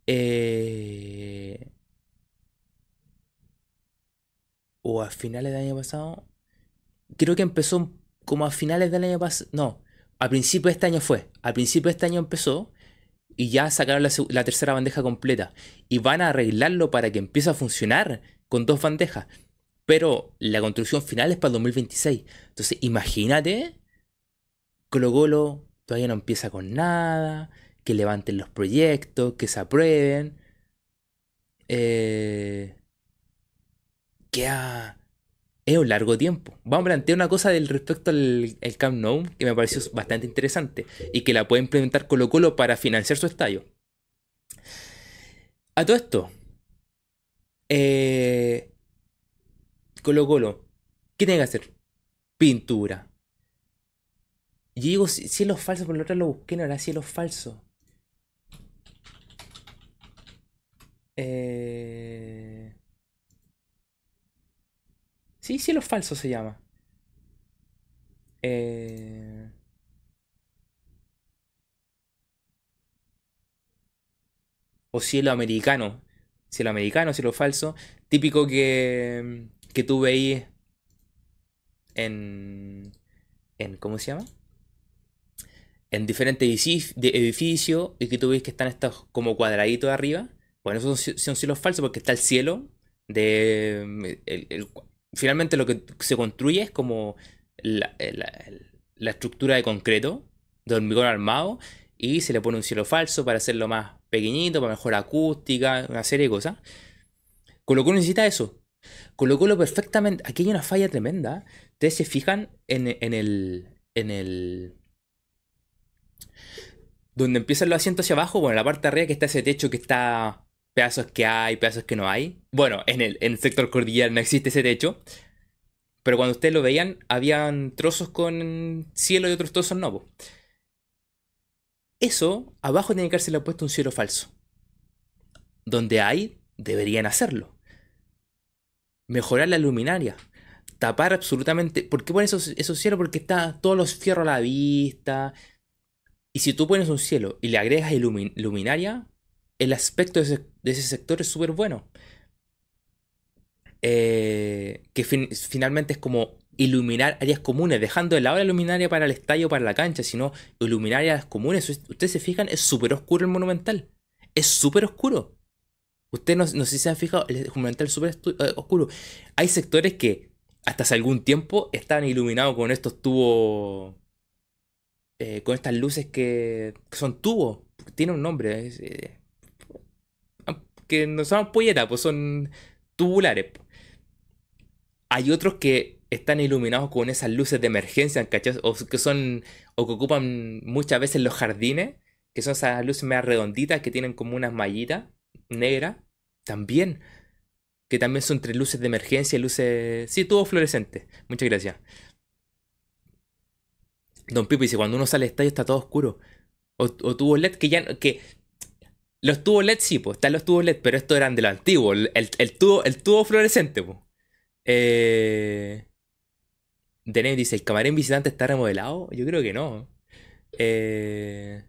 Eh, o a finales del año pasado. Creo que empezó como a finales del año pasado. No, a principio de este año fue. A principio de este año empezó y ya sacaron la, seg- la tercera bandeja completa. Y van a arreglarlo para que empiece a funcionar con dos bandejas. Pero la construcción final es para el dos mil veintiséis. Entonces, imagínate, Colo Colo todavía no empieza con nada, que levanten los proyectos, que se aprueben. Eh, queda, es un largo tiempo. Vamos a plantear una cosa del respecto al el Camp Nou que me pareció bastante interesante y que la puede implementar Colo Colo para financiar su estadio. A todo esto, eh, Colo Colo, ¿qué tiene que hacer? Pintura. Yo digo ci- cielos falsos, por lo otro lo busqué, no era cielos falsos. Eh... Sí, cielos falsos se llama. Eh... O cielo americano. Cielo americano, cielo falso. Típico que, que tú veis en, en. ¿Cómo se llama? En diferentes edici- de edificios y que tú ves que están estos como cuadraditos arriba. Bueno, esos son, ci- son cielos falsos porque está el cielo de... mm, el- el- finalmente lo que se construye es como la, la- el- la estructura de concreto, de hormigón armado, y se le pone un cielo falso para hacerlo más pequeñito, para mejor acústica, una serie de cosas. Colo Colo necesita eso. Colo Colo perfectamente... Aquí hay una falla tremenda. Ustedes se fijan en, en el... En el donde empiezan los asientos hacia abajo, bueno, la parte de arriba que está ese techo que está pedazos que hay, pedazos que no hay. Bueno, en el, en el sector cordillera no existe ese techo, pero cuando ustedes lo veían, habían trozos con cielo y otros trozos no, po. Eso, abajo tiene que haberse puesto un cielo falso. Donde hay, deberían hacerlo. Mejorar la luminaria. Tapar absolutamente. ¿Por qué ponen esos, esos cielos? Porque está todos los fierros a la vista. Y si tú pones un cielo y le agregas ilumin- luminaria, el aspecto de ese, de ese sector es súper bueno. Eh, que fin- finalmente es como iluminar áreas comunes, dejando de lado la luminaria para el estadio, para la cancha, sino iluminar áreas comunes. Us- Ustedes se fijan, es súper oscuro el Monumental. Es súper oscuro. Ustedes no, no sé si se han fijado, el Monumental es súper estu- eh, oscuro. Hay sectores que hasta hace algún tiempo estaban iluminados con estos tubos, eh, con estas luces que, que son tubos. Tiene un nombre, es, eh, que no son ampolletas, pues son tubulares. Hay otros que están iluminados con esas luces de emergencia, ¿cachai? O que son, o que ocupan muchas veces los jardines, que son esas luces más redonditas que tienen como unas mallitas negras, también, que también son entre luces de emergencia y luces, sí, todo fluorescente. Muchas gracias. Don Pipo dice, cuando uno sale al estadio está todo oscuro. O, o tubos L E D que ya, no- que los tubos L E D sí, pues, están los tubos L E D, pero estos eran de lo antiguo, el, el, el tubo, el tubo fluorescente, pues. Eh... Denem dice, ¿el camarín visitante está remodelado? Yo creo que no. Eh,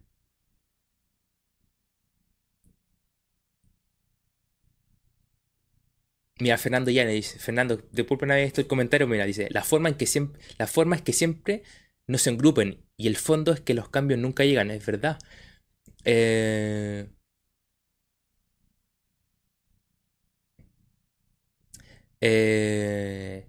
mira, Fernando ya dice, Fernando, disculpen haber visto el comentario, mira, dice, la forma en que siempre, la forma es que siempre no se engrupen y el fondo es que los cambios nunca llegan, es verdad. Eh, eh,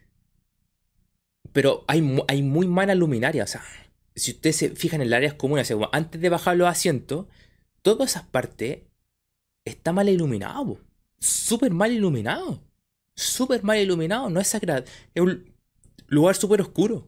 pero hay, mu- hay muy mala luminaria, o sea, si ustedes se fijan en las áreas comunes, o sea, como antes de bajar los asientos, todas esas partes está mal iluminado, po. Súper mal iluminado. Súper mal iluminado, no es agradable. Es un lugar súper oscuro.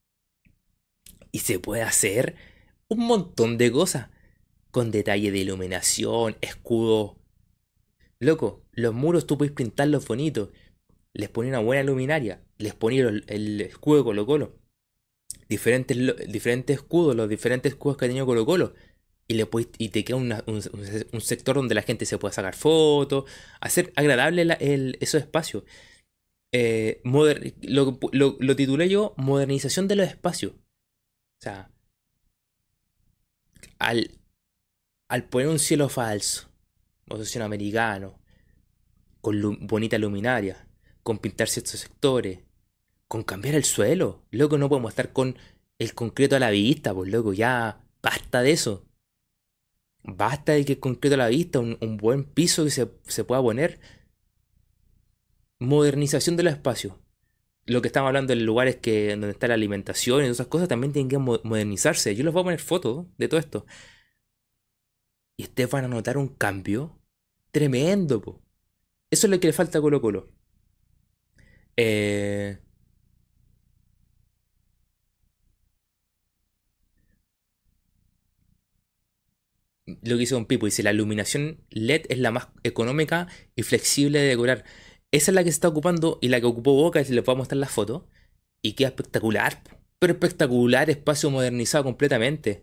Y se puede hacer un montón de cosas. Con detalle de iluminación, escudo. Loco, los muros tú puedes pintarlos bonitos. Les ponía una buena luminaria. Les ponía el, el escudo de Colo Colo. Diferentes, lo- diferentes escudos, los diferentes escudos que ha tenido Colo Colo. Y, le puedes- y te queda una- un, un sector donde la gente se pueda sacar fotos. Hacer agradable la- el- esos espacios. Eh, moder- lo, lo, lo titulé yo Modernización de los espacios. O sea, al, al poner un cielo falso. asociación americano, con lu- bonita luminaria, con pintar ciertos sectores, con cambiar el suelo. Loco, no podemos estar con el concreto a la vista, pues loco, ya basta de eso. Basta de que el concreto a la vista, un, un buen piso que se, se pueda poner. Modernización de los espacios. Lo que estamos hablando en lugares que, donde está la alimentación y esas cosas también tienen que mo- modernizarse. Yo les voy a poner fotos de todo esto. Y ustedes van a notar un cambio tremendo, po. Eso es lo que le falta a Colo Colo. Eh, lo que hizo Don Pipo, dice, la iluminación L E D es la más económica y flexible de decorar. Esa es la que se está ocupando y la que ocupó Boca, y les voy a mostrar las fotos. Y queda espectacular, po. Pero espectacular, espacio modernizado completamente.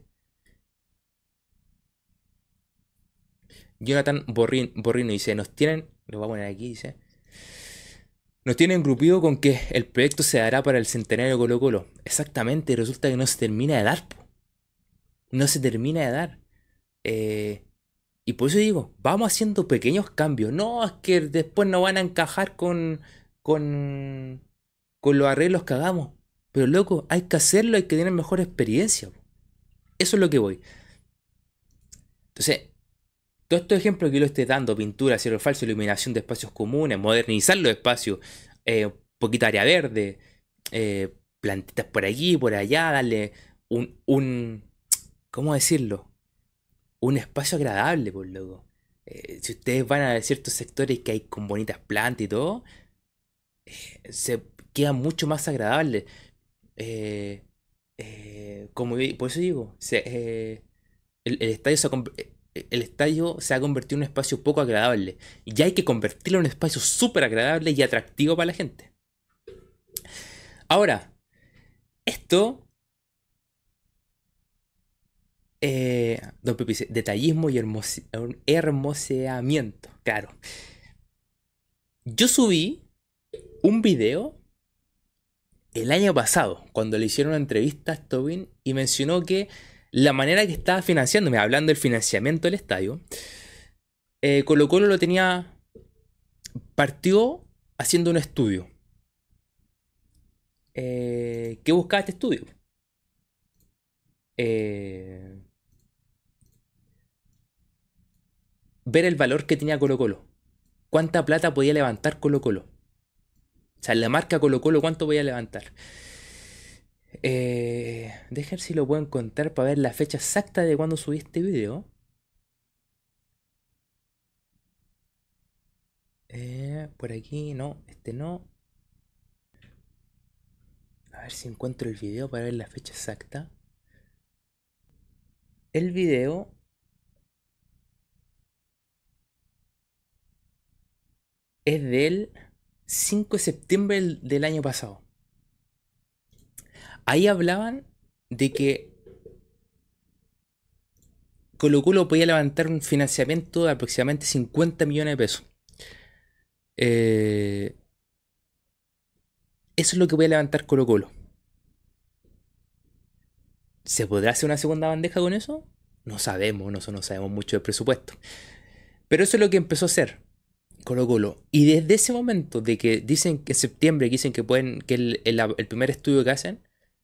Jonathan Borrin- Borrino dice, nos tienen, lo voy a poner aquí, dice, nos tienen grupido con que el proyecto se dará para el centenario de Colo Colo. Exactamente, y resulta que no se termina de dar, po. No se termina de dar. Eh, y por eso digo, vamos haciendo pequeños cambios. No, es que después no van a encajar con, con, con los arreglos que hagamos. Pero loco, hay que hacerlo, hay que tener mejor experiencia, po. Eso es lo que voy. Entonces, todos estos ejemplos que yo le estoy dando, pintura, cielo falso, iluminación de espacios comunes, modernizar los espacios, eh, poquita área verde, eh, plantitas por aquí, por allá, darle un, un, ¿cómo decirlo? Un espacio agradable, por loco. Eh, si ustedes van a ciertos sectores que hay con bonitas plantas y todo, se queda mucho más agradable. Eh, eh, como vi- por eso digo, se, eh, el, el estadio se ha, con- eh, el estadio se ha convertido en un espacio poco agradable. Y hay que convertirlo en un espacio súper agradable y atractivo para la gente. Ahora, esto, eh, don Pepe dice, detallismo y hermose- hermoseamiento. Claro. Yo subí un video el año pasado, cuando le hicieron una entrevista a Tobin y mencionó que la manera que estaba financiándome, hablando del financiamiento del estadio, eh, Colo Colo lo tenía, partió haciendo un estudio. Eh, ¿qué buscaba este estudio? Eh, ver el valor que tenía Colo Colo. ¿Cuánta plata podía levantar Colo Colo? O sea, la marca Colo Colo, ¿cuánto podía levantar? Eh, dejen si lo puedo encontrar para ver la fecha exacta de cuando subí este video. Eh, por aquí, no, este no. A ver si encuentro el video para ver la fecha exacta. El video es del cinco de septiembre del, del año pasado. Ahí hablaban de que Colo Colo podía levantar un financiamiento de aproximadamente cincuenta millones de pesos. Eh, eso es lo que voy a levantar Colo Colo. ¿Se podrá hacer una segunda bandeja con eso? No sabemos, nosotros no sabemos mucho del presupuesto. Pero eso es lo que empezó a hacer Colo Colo. Y desde ese momento, de que dicen que en septiembre, que dicen que pueden, que el, el- el primer estudio que hacen,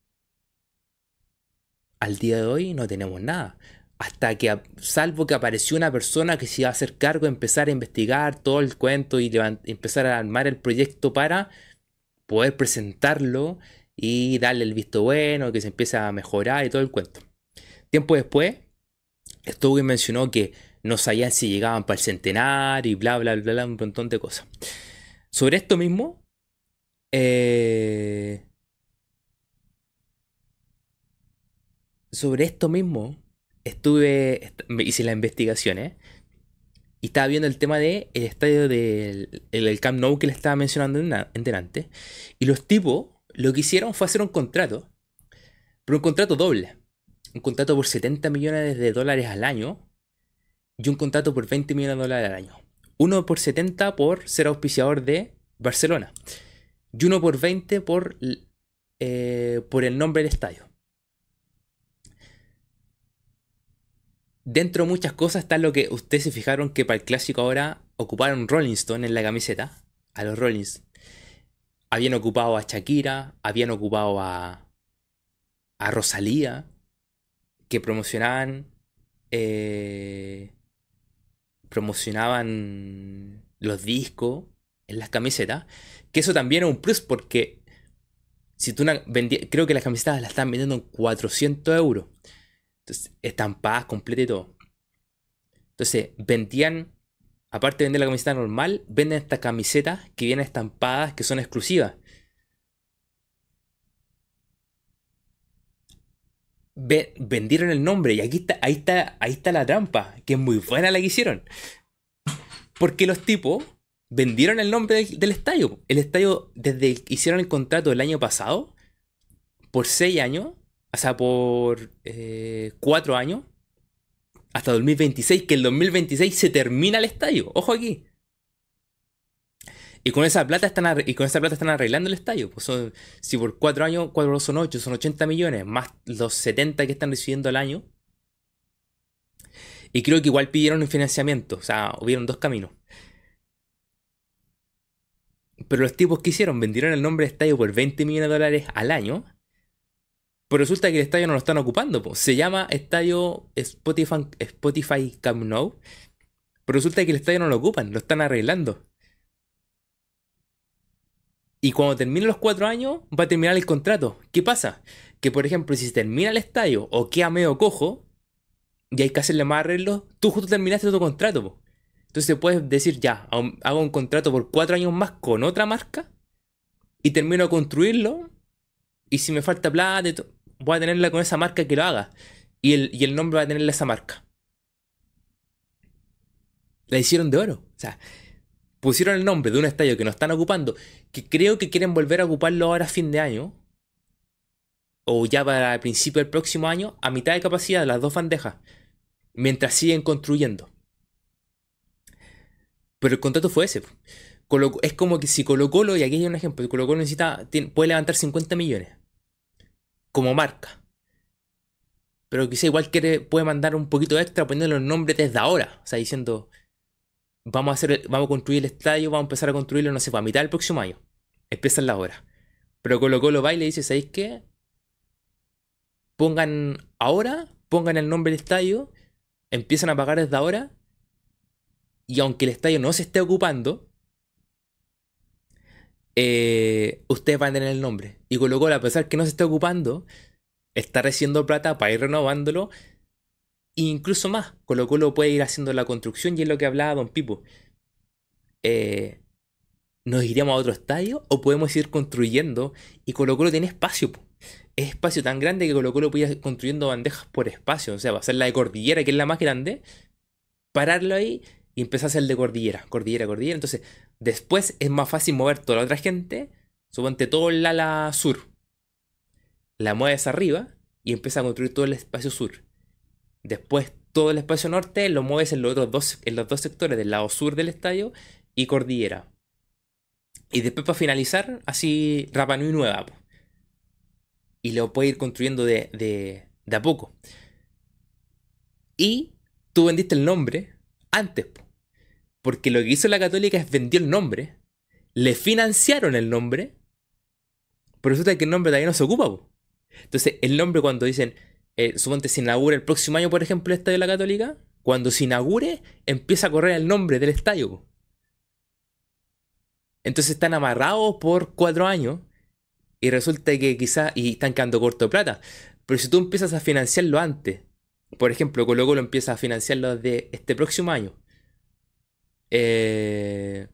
al día de hoy no tenemos nada. Hasta que, salvo que apareció una persona que se iba a hacer cargo de empezar a investigar todo el cuento y levant- empezar a armar el proyecto para poder presentarlo y darle el visto bueno, que se empiece a mejorar y todo el cuento. Tiempo después, Stowin mencionó que no sabían si llegaban para el centenario y bla, bla, bla, bla, un montón de cosas. Sobre esto mismo, eh, sobre esto mismo, estuve, est- me hice las investigaciones y estaba viendo el tema del estadio del el, el Camp Nou que le estaba mencionando en, una- en delante. Y los tipos lo que hicieron fue hacer un contrato, pero un contrato doble. Un contrato por setenta millones de dólares al año y un contrato por veinte millones de dólares al año. Uno por setenta por ser auspiciador de Barcelona y uno por veinte por, eh, por el nombre del estadio. Dentro de muchas cosas está lo que ustedes se fijaron que para el clásico ahora ocuparon Rolling Stone en la camiseta. A los Rolling Stones. Habían ocupado a Shakira, habían ocupado a, a Rosalía, que promocionaban. eh, promocionaban los discos en las camisetas. Que eso también es un plus porque si tú una- vendi- creo que las camisetas las están vendiendo en cuatrocientos euros. Entonces, estampadas, completas y todo. Entonces, vendían, aparte de vender la camiseta normal, venden estas camisetas que vienen estampadas, que son exclusivas. Ve- vendieron el nombre y aquí está, ahí está, ahí está la trampa, que es muy buena la que hicieron. Porque los tipos vendieron el nombre del, del estadio. El estadio, desde que hicieron el contrato el año pasado, por seis años, o sea, por eh, cuatro años, hasta dos mil veintiséis, que el dos mil veintiséis se termina el estadio. Ojo aquí. Y con esa plata están, arre- y con esa plata están arreglando el estadio. Pues son, si por cuatro años, cuatro son ocho, son ochenta millones, más los setenta que están recibiendo al año. Y creo que igual pidieron un financiamiento. O sea, hubieron dos caminos. Pero los tipos que hicieron vendieron el nombre de estadio por veinte millones de dólares al año. Pero resulta que el estadio no lo están ocupando. Po. Se llama Estadio Spotify, Spotify Camp Nou. Pero resulta que el estadio no lo ocupan, lo están arreglando. Y cuando terminen los cuatro años, va a terminar el contrato. ¿Qué pasa? Que, por ejemplo, si se termina el estadio o queda medio cojo y hay que hacerle más arreglos, tú justo terminaste tu contrato. Po. Entonces puedes decir, ya, hago un contrato por cuatro años más con otra marca y termino de construirlo. Y si me falta plata, y to- voy a tenerla con esa marca que lo haga. Y el, y el nombre va a tenerle esa marca. La hicieron de oro. O sea, pusieron el nombre de un estadio que no están ocupando, que creo que quieren volver a ocuparlo ahora a fin de año, o ya para el principio del próximo año, a mitad de capacidad de las dos bandejas, mientras siguen construyendo. Pero el contrato fue ese. Colo- es como que si Colo Colo, y aquí hay un ejemplo, Colo Colo necesita, tiene- puede levantar cincuenta millones como marca. Pero quizá igual quiere, puede mandar un poquito extra poniendo el nombre desde ahora. O sea, diciendo, vamos a hacer, vamos a construir el estadio, vamos a empezar a construirlo, no sé, para mitad del próximo año. Empiezan las obras. Pero Colo Colo va y le dice, ¿sabéis qué? Pongan ahora, pongan el nombre del estadio, empiezan a pagar desde ahora, y aunque el estadio no se esté ocupando, eh, ustedes van a tener el nombre. Y Colo Colo, a pesar que no se esté ocupando, está recibiendo plata para ir renovándolo, e incluso más. Colo Colo puede ir haciendo la construcción, y es lo que hablaba Don Pipo. Eh, ¿Nos iríamos a otro estadio o podemos ir construyendo? Y Colo Colo tiene espacio, po. Es espacio tan grande que Colo Colo puede ir construyendo bandejas por espacio. O sea, va a ser la de Cordillera, que es la más grande, pararlo ahí y empezar a hacer de Cordillera, Cordillera, Cordillera. Entonces, después es más fácil mover toda la otra gente. Suponte todo el ala sur, la mueves arriba y empiezas a construir todo el espacio sur. Después, todo el espacio norte lo mueves en los otros dos, en los dos sectores, del lado sur del estadio y Cordillera. Y después, para finalizar, así Rapa Nui nueva, po. Y lo puedes ir construyendo de, de, de a poco. Y tú vendiste el nombre antes, po. Porque lo que hizo la Católica es vendió el nombre, le financiaron el nombre, pero resulta que el nombre todavía no se ocupa, po. Entonces, el nombre cuando dicen, eh, suponte se inaugura el próximo año, por ejemplo, el Estadio de la Católica, cuando se inaugure, empieza a correr el nombre del estadio, po. Entonces están amarrados por cuatro años y resulta que quizás, y están quedando corto de plata. Pero si tú empiezas a financiarlo antes, por ejemplo, Colo Colo empieza a financiarlo de este próximo año, eh,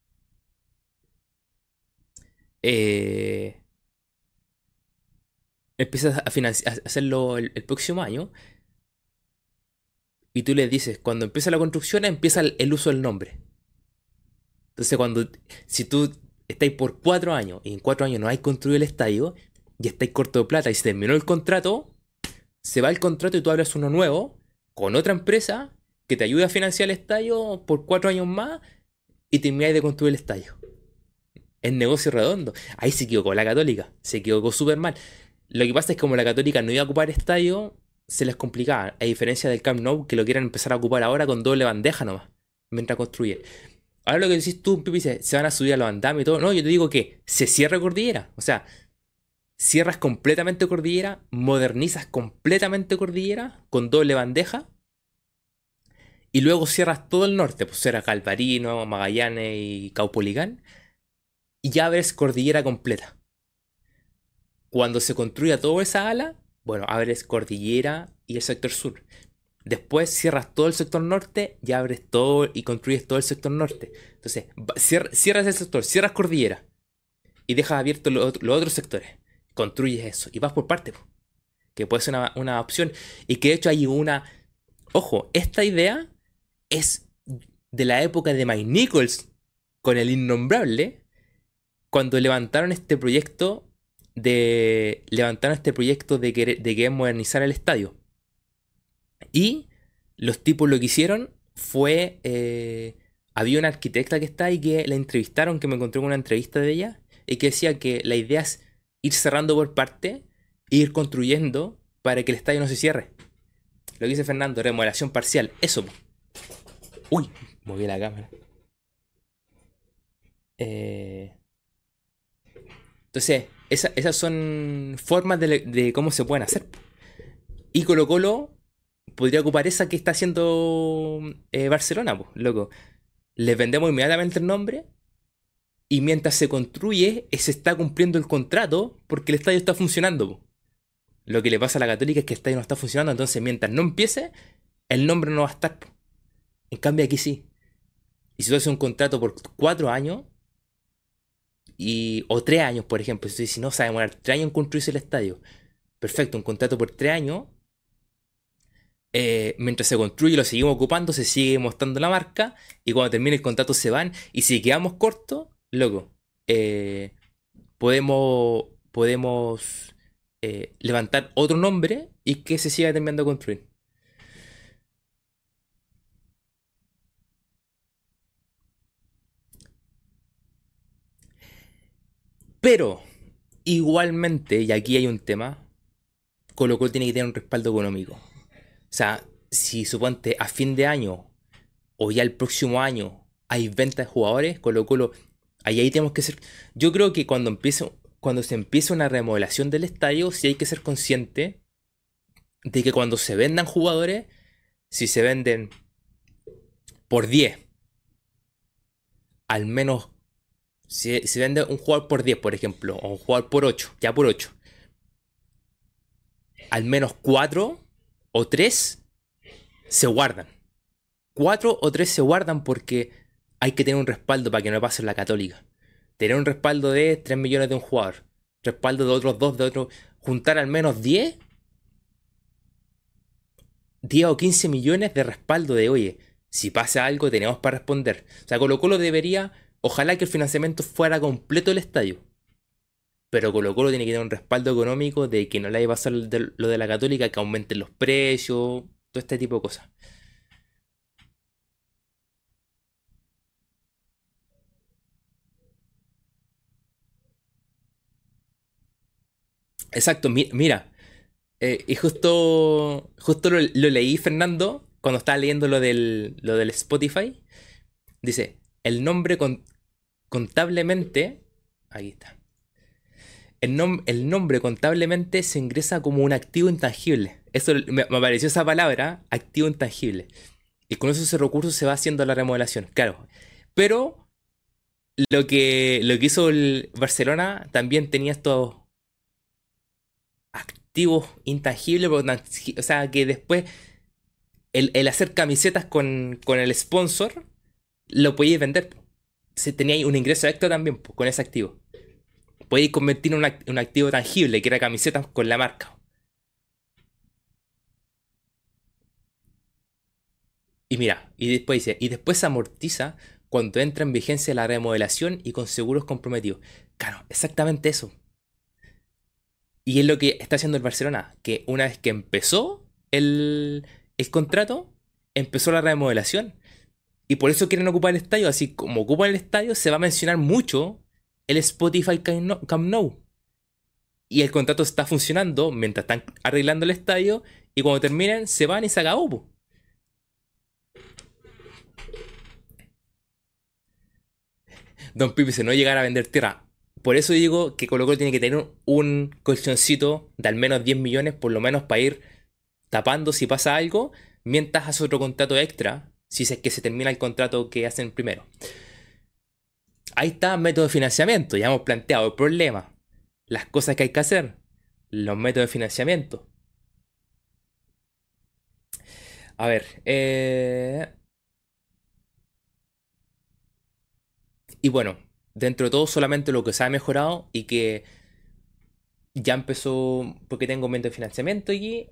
eh, empiezas a, financi- a hacerlo el, el próximo año y tú le dices, cuando empieza la construcción, empieza el, el uso del nombre. Entonces, cuando, si tú estáis por cuatro años y en cuatro años no hay construido el estadio y estáis corto de plata y se terminó el contrato, se va el contrato y tú abres uno nuevo con otra empresa que te ayude a financiar el estadio por cuatro años más y termináis de construir el estadio. Es negocio redondo. Ahí se equivocó la Católica. Se equivocó súper mal. Lo que pasa es que como la Católica no iba a ocupar estadio, se les complicaba, a diferencia del Camp Nou, que lo quieren empezar a ocupar ahora con doble bandeja nomás, mientras construyen. Ahora lo que decís tú, Pipi, se, se van a subir a los andamios y todo. No, yo te digo que se cierra cordillera. O sea, cierras completamente cordillera, modernizas completamente cordillera con doble bandeja y luego cierras todo el norte, pues cierras Galvarino, Magallanes y Caupolicán y ya ves cordillera completa. Cuando se construya toda esa ala, bueno, abres cordillera y el sector sur. Después cierras todo el sector norte y abres todo y construyes todo el sector norte. Entonces, cierras el sector, cierras cordillera y dejas abiertos los, los otros sectores. Construyes eso y vas por parte, que puede ser una, una opción. Y que de hecho hay una... Ojo, esta idea es de la época de Mike Nichols con el Innombrable, cuando levantaron este proyecto de... Levantaron este proyecto de querer, de querer modernizar el estadio. Y los tipos lo que hicieron fue... Eh, había una arquitecta que está ahí que la entrevistaron, que me encontré con una entrevista de ella, y que decía que la idea es ir cerrando por parte e ir construyendo para que el estadio no se cierre. Lo que dice Fernando, remodelación parcial. Eso. Uy, moví la cámara. Eh... Entonces, esa, esas son formas de, de cómo se pueden hacer. Y Colo Colo podría ocupar esa que está haciendo eh, Barcelona, pues, loco. Les vendemos inmediatamente el nombre y mientras se construye, se está cumpliendo el contrato porque el estadio está funcionando, po. Lo que le pasa a la Católica es que el estadio no está funcionando, entonces mientras no empiece, el nombre no va a estar, po. En cambio aquí sí. Y si tú haces un contrato por cuatro años, y, o tres años, por ejemplo, si, si no, se va a demorar tres años en construirse el estadio. Perfecto, un contrato por tres años. Eh, mientras se construye lo seguimos ocupando, se sigue mostrando la marca y cuando termine el contrato se van y si quedamos cortos, loco, eh, podemos, podemos eh, levantar otro nombre y que se siga terminando de construir. Pero, igualmente, y aquí hay un tema, Colo Colo tiene que tener un respaldo económico. O sea, si suponte a fin de año o ya el próximo año hay venta de jugadores, Colo Colo, ahí, ahí tenemos que ser... Yo creo que cuando, empiece, cuando se empiece una remodelación del estadio, sí hay que ser consciente de que cuando se vendan jugadores, si se venden por diez, al menos, si se vende un jugador por diez, por ejemplo, o un jugador por ocho, ya por ocho, al menos cuatro o tres se guardan. cuatro o tres se guardan porque hay que tener un respaldo para que no pase en la Católica. Tener un respaldo de tres millones de un jugador, respaldo de otros dos, de otro, juntar al menos diez, diez o quince millones de respaldo de, oye, si pasa algo tenemos para responder. O sea, Colo Colo debería, ojalá que el financiamiento fuera completo del estadio. Pero Colo Colo tiene que tener un respaldo económico de que no le vaya a pasar lo de la Católica, que aumenten los precios, todo este tipo de cosas. Exacto, mi- mira, eh, y justo, justo lo, lo leí, Fernando, cuando estaba leyendo lo del, lo del Spotify. Dice, el nombre con- contablemente, ahí está, el, nom- el nombre contablemente se ingresa como un activo intangible. Eso me, me apareció esa palabra, activo intangible. Y con esos recursos se va haciendo la remodelación, claro. Pero lo que, lo que hizo el Barcelona también tenía estos activos intangibles, pero tangi- o sea, que después el, el hacer camisetas con, con el sponsor lo podíais vender, po. Se tenía un ingreso extra también, po, con ese activo. Podéis convertir en un, act- un activo tangible, que era camisetas con la marca. Y mira, y después dice, y después se amortiza cuando entra en vigencia la remodelación y con seguros comprometidos. Claro, exactamente eso. Y es lo que está haciendo el Barcelona, que una vez que empezó el, el contrato, empezó la remodelación. Y por eso quieren ocupar el estadio. Así como ocupan el estadio, se va a mencionar mucho el Spotify Camp Nou. Camp Nou. Y el contrato está funcionando mientras están arreglando el estadio y cuando terminen se van y se acabó, po. Don Pipe dice, no llegar a vender tierra. Por eso digo que Colo Colo tiene que tener un colchoncito de al menos diez millones, por lo menos para ir tapando si pasa algo, mientras hace otro contrato extra, si es que se termina el contrato que hacen primero. Ahí está método de financiamiento, ya hemos planteado el problema, las cosas que hay que hacer, los métodos de financiamiento. A ver, eh... y bueno, dentro de todo solamente lo que se ha mejorado y que ya empezó, porque tengo método de financiamiento aquí,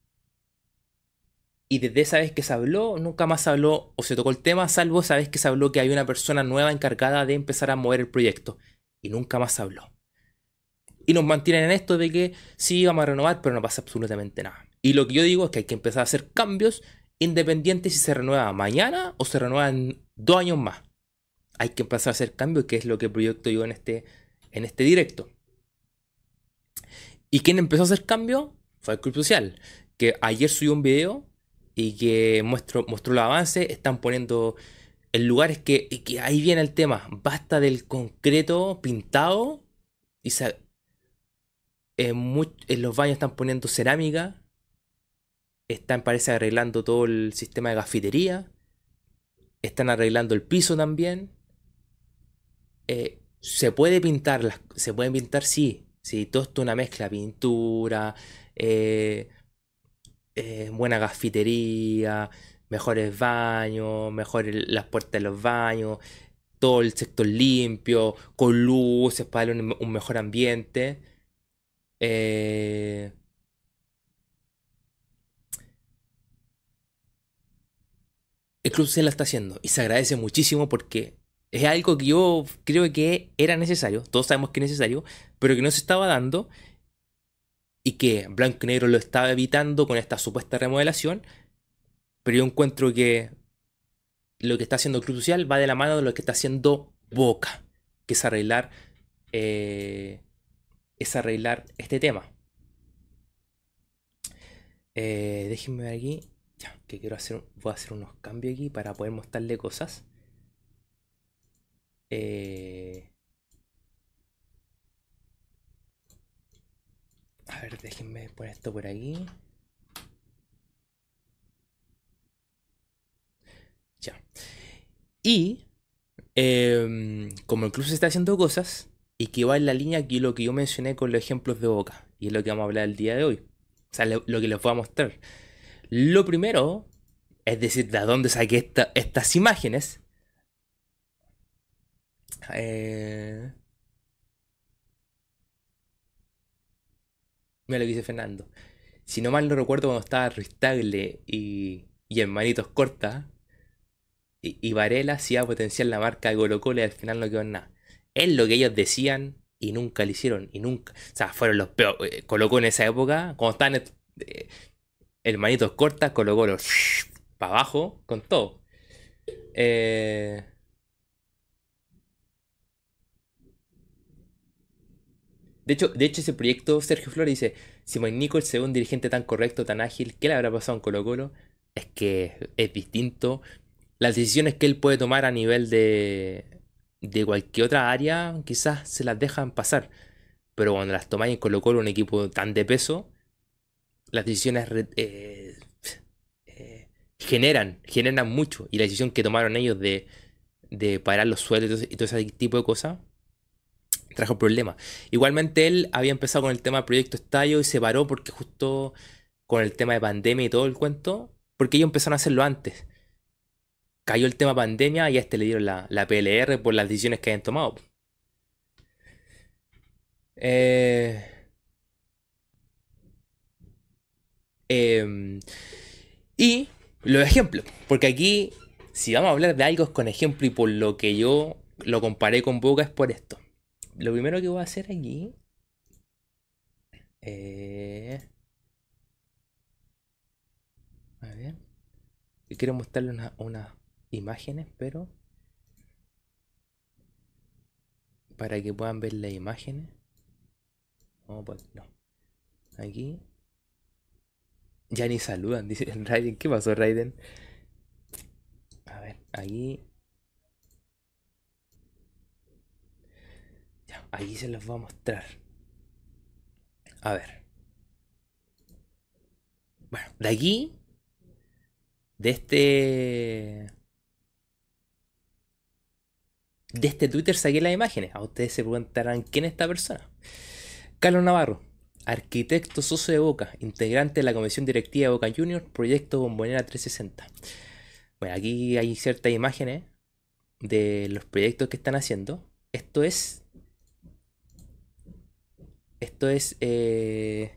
y desde esa vez que se habló, nunca más se habló o se tocó el tema, salvo esa vez que se habló que hay una persona nueva encargada de empezar a mover el proyecto. Y nunca más se habló. Y nos mantienen en esto de que sí, vamos a renovar, pero no pasa absolutamente nada. Y lo que yo digo es que hay que empezar a hacer cambios independientes si se renueva mañana o se renueva en dos años más. Hay que empezar a hacer cambios, que es lo que proyecto yo en este, en este directo. ¿Y quién empezó a hacer cambios? Fue el Club Social, que ayer subió un video y que muestro, mostró los avances. Están poniendo en lugares que, y que ahí viene el tema. Basta del concreto pintado y se, en, mu- en los baños están poniendo cerámica. Están, parece, arreglando todo el sistema de gafitería. Están arreglando el piso también. Eh, se puede pintar, las, se pueden pintar, sí. Sí, todo esto es una mezcla, pintura, eh, eh, buena gafitería, mejores baños, mejores las puertas de los baños, todo el sector limpio, con luces para darle un, un mejor ambiente. Eh, el club se la está haciendo y se agradece muchísimo porque es algo que yo creo que era necesario, todos sabemos que es necesario, pero que no se estaba dando y que Blanco y Negro lo estaba evitando con esta supuesta remodelación, pero yo encuentro que lo que está haciendo el Club Social va de la mano de lo que está haciendo Boca, que es arreglar, eh, es arreglar este tema. Eh, déjenme ver aquí, ya, que quiero hacer, voy a hacer unos cambios aquí para poder mostrarle cosas. Eh, a ver, déjenme poner esto por aquí. Ya. Y em, como el club se está haciendo cosas y que va en la línea que lo que yo mencioné con los ejemplos de Boca, y es lo que vamos a hablar el día de hoy. O sea, lo, lo que les voy a mostrar. Lo primero, es decir, de dónde saqué esta- estas imágenes. Eh, mira lo que dice Fernando. Si no mal no recuerdo cuando estaba Ristagle y, y Hermanitos Corta y, y Varela hacía potenciar la marca de Colo Colo y al final no quedó en nada. Es lo que ellos decían y nunca lo hicieron. Y nunca. O sea, fueron los peores. Colo Colo en esa época, cuando estaban eh, Hermanitos Cortas, Colo Colo para abajo con todo. Eh, de hecho, de hecho, ese proyecto, Sergio Flores dice, si Mike Nichols se ve un dirigente tan correcto, tan ágil, ¿qué le habrá pasado en Colo Colo? Es que es distinto. Las decisiones que él puede tomar a nivel de, de cualquier otra área, quizás se las dejan pasar. Pero cuando las tomáis en Colo Colo, un equipo tan de peso, las decisiones re- eh, eh, generan, generan mucho. Y la decisión que tomaron ellos de, de parar los sueldos y todo, y todo ese tipo de cosas, trajo problemas. Igualmente él había empezado con el tema del proyecto Estadio y se paró porque justo con el tema de pandemia y todo el cuento, porque ellos empezaron a hacerlo antes. Cayó el tema pandemia y a este le dieron la, la P L R por las decisiones que habían tomado. Eh, em, y los ejemplos, porque aquí, si vamos a hablar de algo con ejemplo y por lo que yo lo comparé con Boca es por esto. Lo primero que voy a hacer aquí, eh, a ver, yo quiero mostrarle una- unas imágenes, pero para que puedan ver las imágenes. No, pues no. Aquí. Ya ni saludan, dice Raiden. ¿Qué pasó, Raiden? A ver, aquí. Ya, aquí se los voy a mostrar. A ver. Bueno, de aquí, de este. De este Twitter saqué las imágenes. A ustedes se preguntarán quién es esta persona. Carlos Navarro, arquitecto socio de Boca, integrante de la comisión directiva de Boca Juniors, proyecto Bombonera trescientos sesenta. Bueno, aquí hay ciertas imágenes de los proyectos que están haciendo. Esto es. Esto es. eh,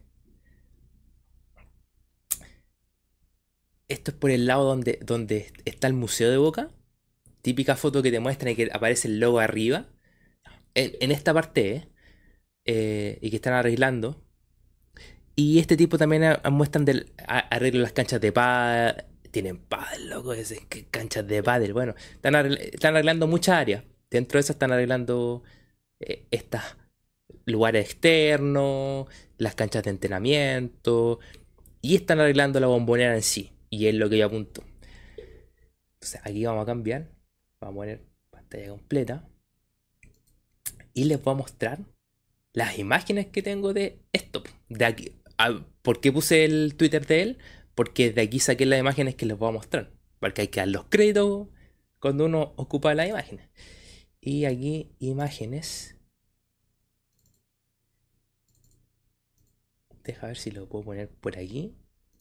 esto es por el lado donde, donde está el Museo de Boca. Típica foto que te muestran y que aparece el logo arriba. En, en esta parte, ¿eh? Eh, y que están arreglando. Y este tipo también a- a- muestran del a- arreglo las canchas de pádel. Tienen pádel, loco, es, que canchas de pádel. Bueno, están, arregl- están arreglando muchas áreas. Dentro de eso están arreglando eh, estos lugares externos, las canchas de entrenamiento. Y están arreglando la bombonera en sí. Y es lo que yo apunto. Entonces aquí vamos a cambiar. Vamos a poner pantalla completa. Y les voy a mostrar las imágenes que tengo de esto. De aquí. Ah, ¿por qué puse el Twitter de él? Porque de aquí saqué las imágenes que les voy a mostrar. Porque hay que dar los créditos cuando uno ocupa las imágenes. Y aquí imágenes. Deja ver si lo puedo poner por aquí.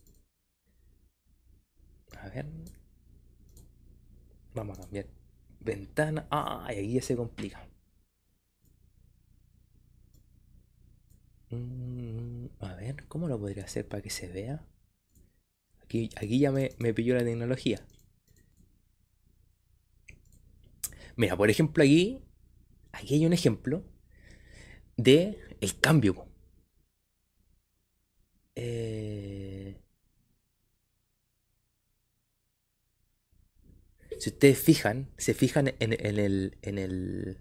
A ver. Vamos a cambiar ventana. Ah, y aquí ya se complica. Mm, a ver, ¿cómo lo podría hacer para que se vea? Aquí, aquí ya me, me pilló la tecnología. Mira, por ejemplo, aquí, aquí hay un ejemplo de el cambio. Po. Eh, si ustedes fijan, se fijan en, en el, en el,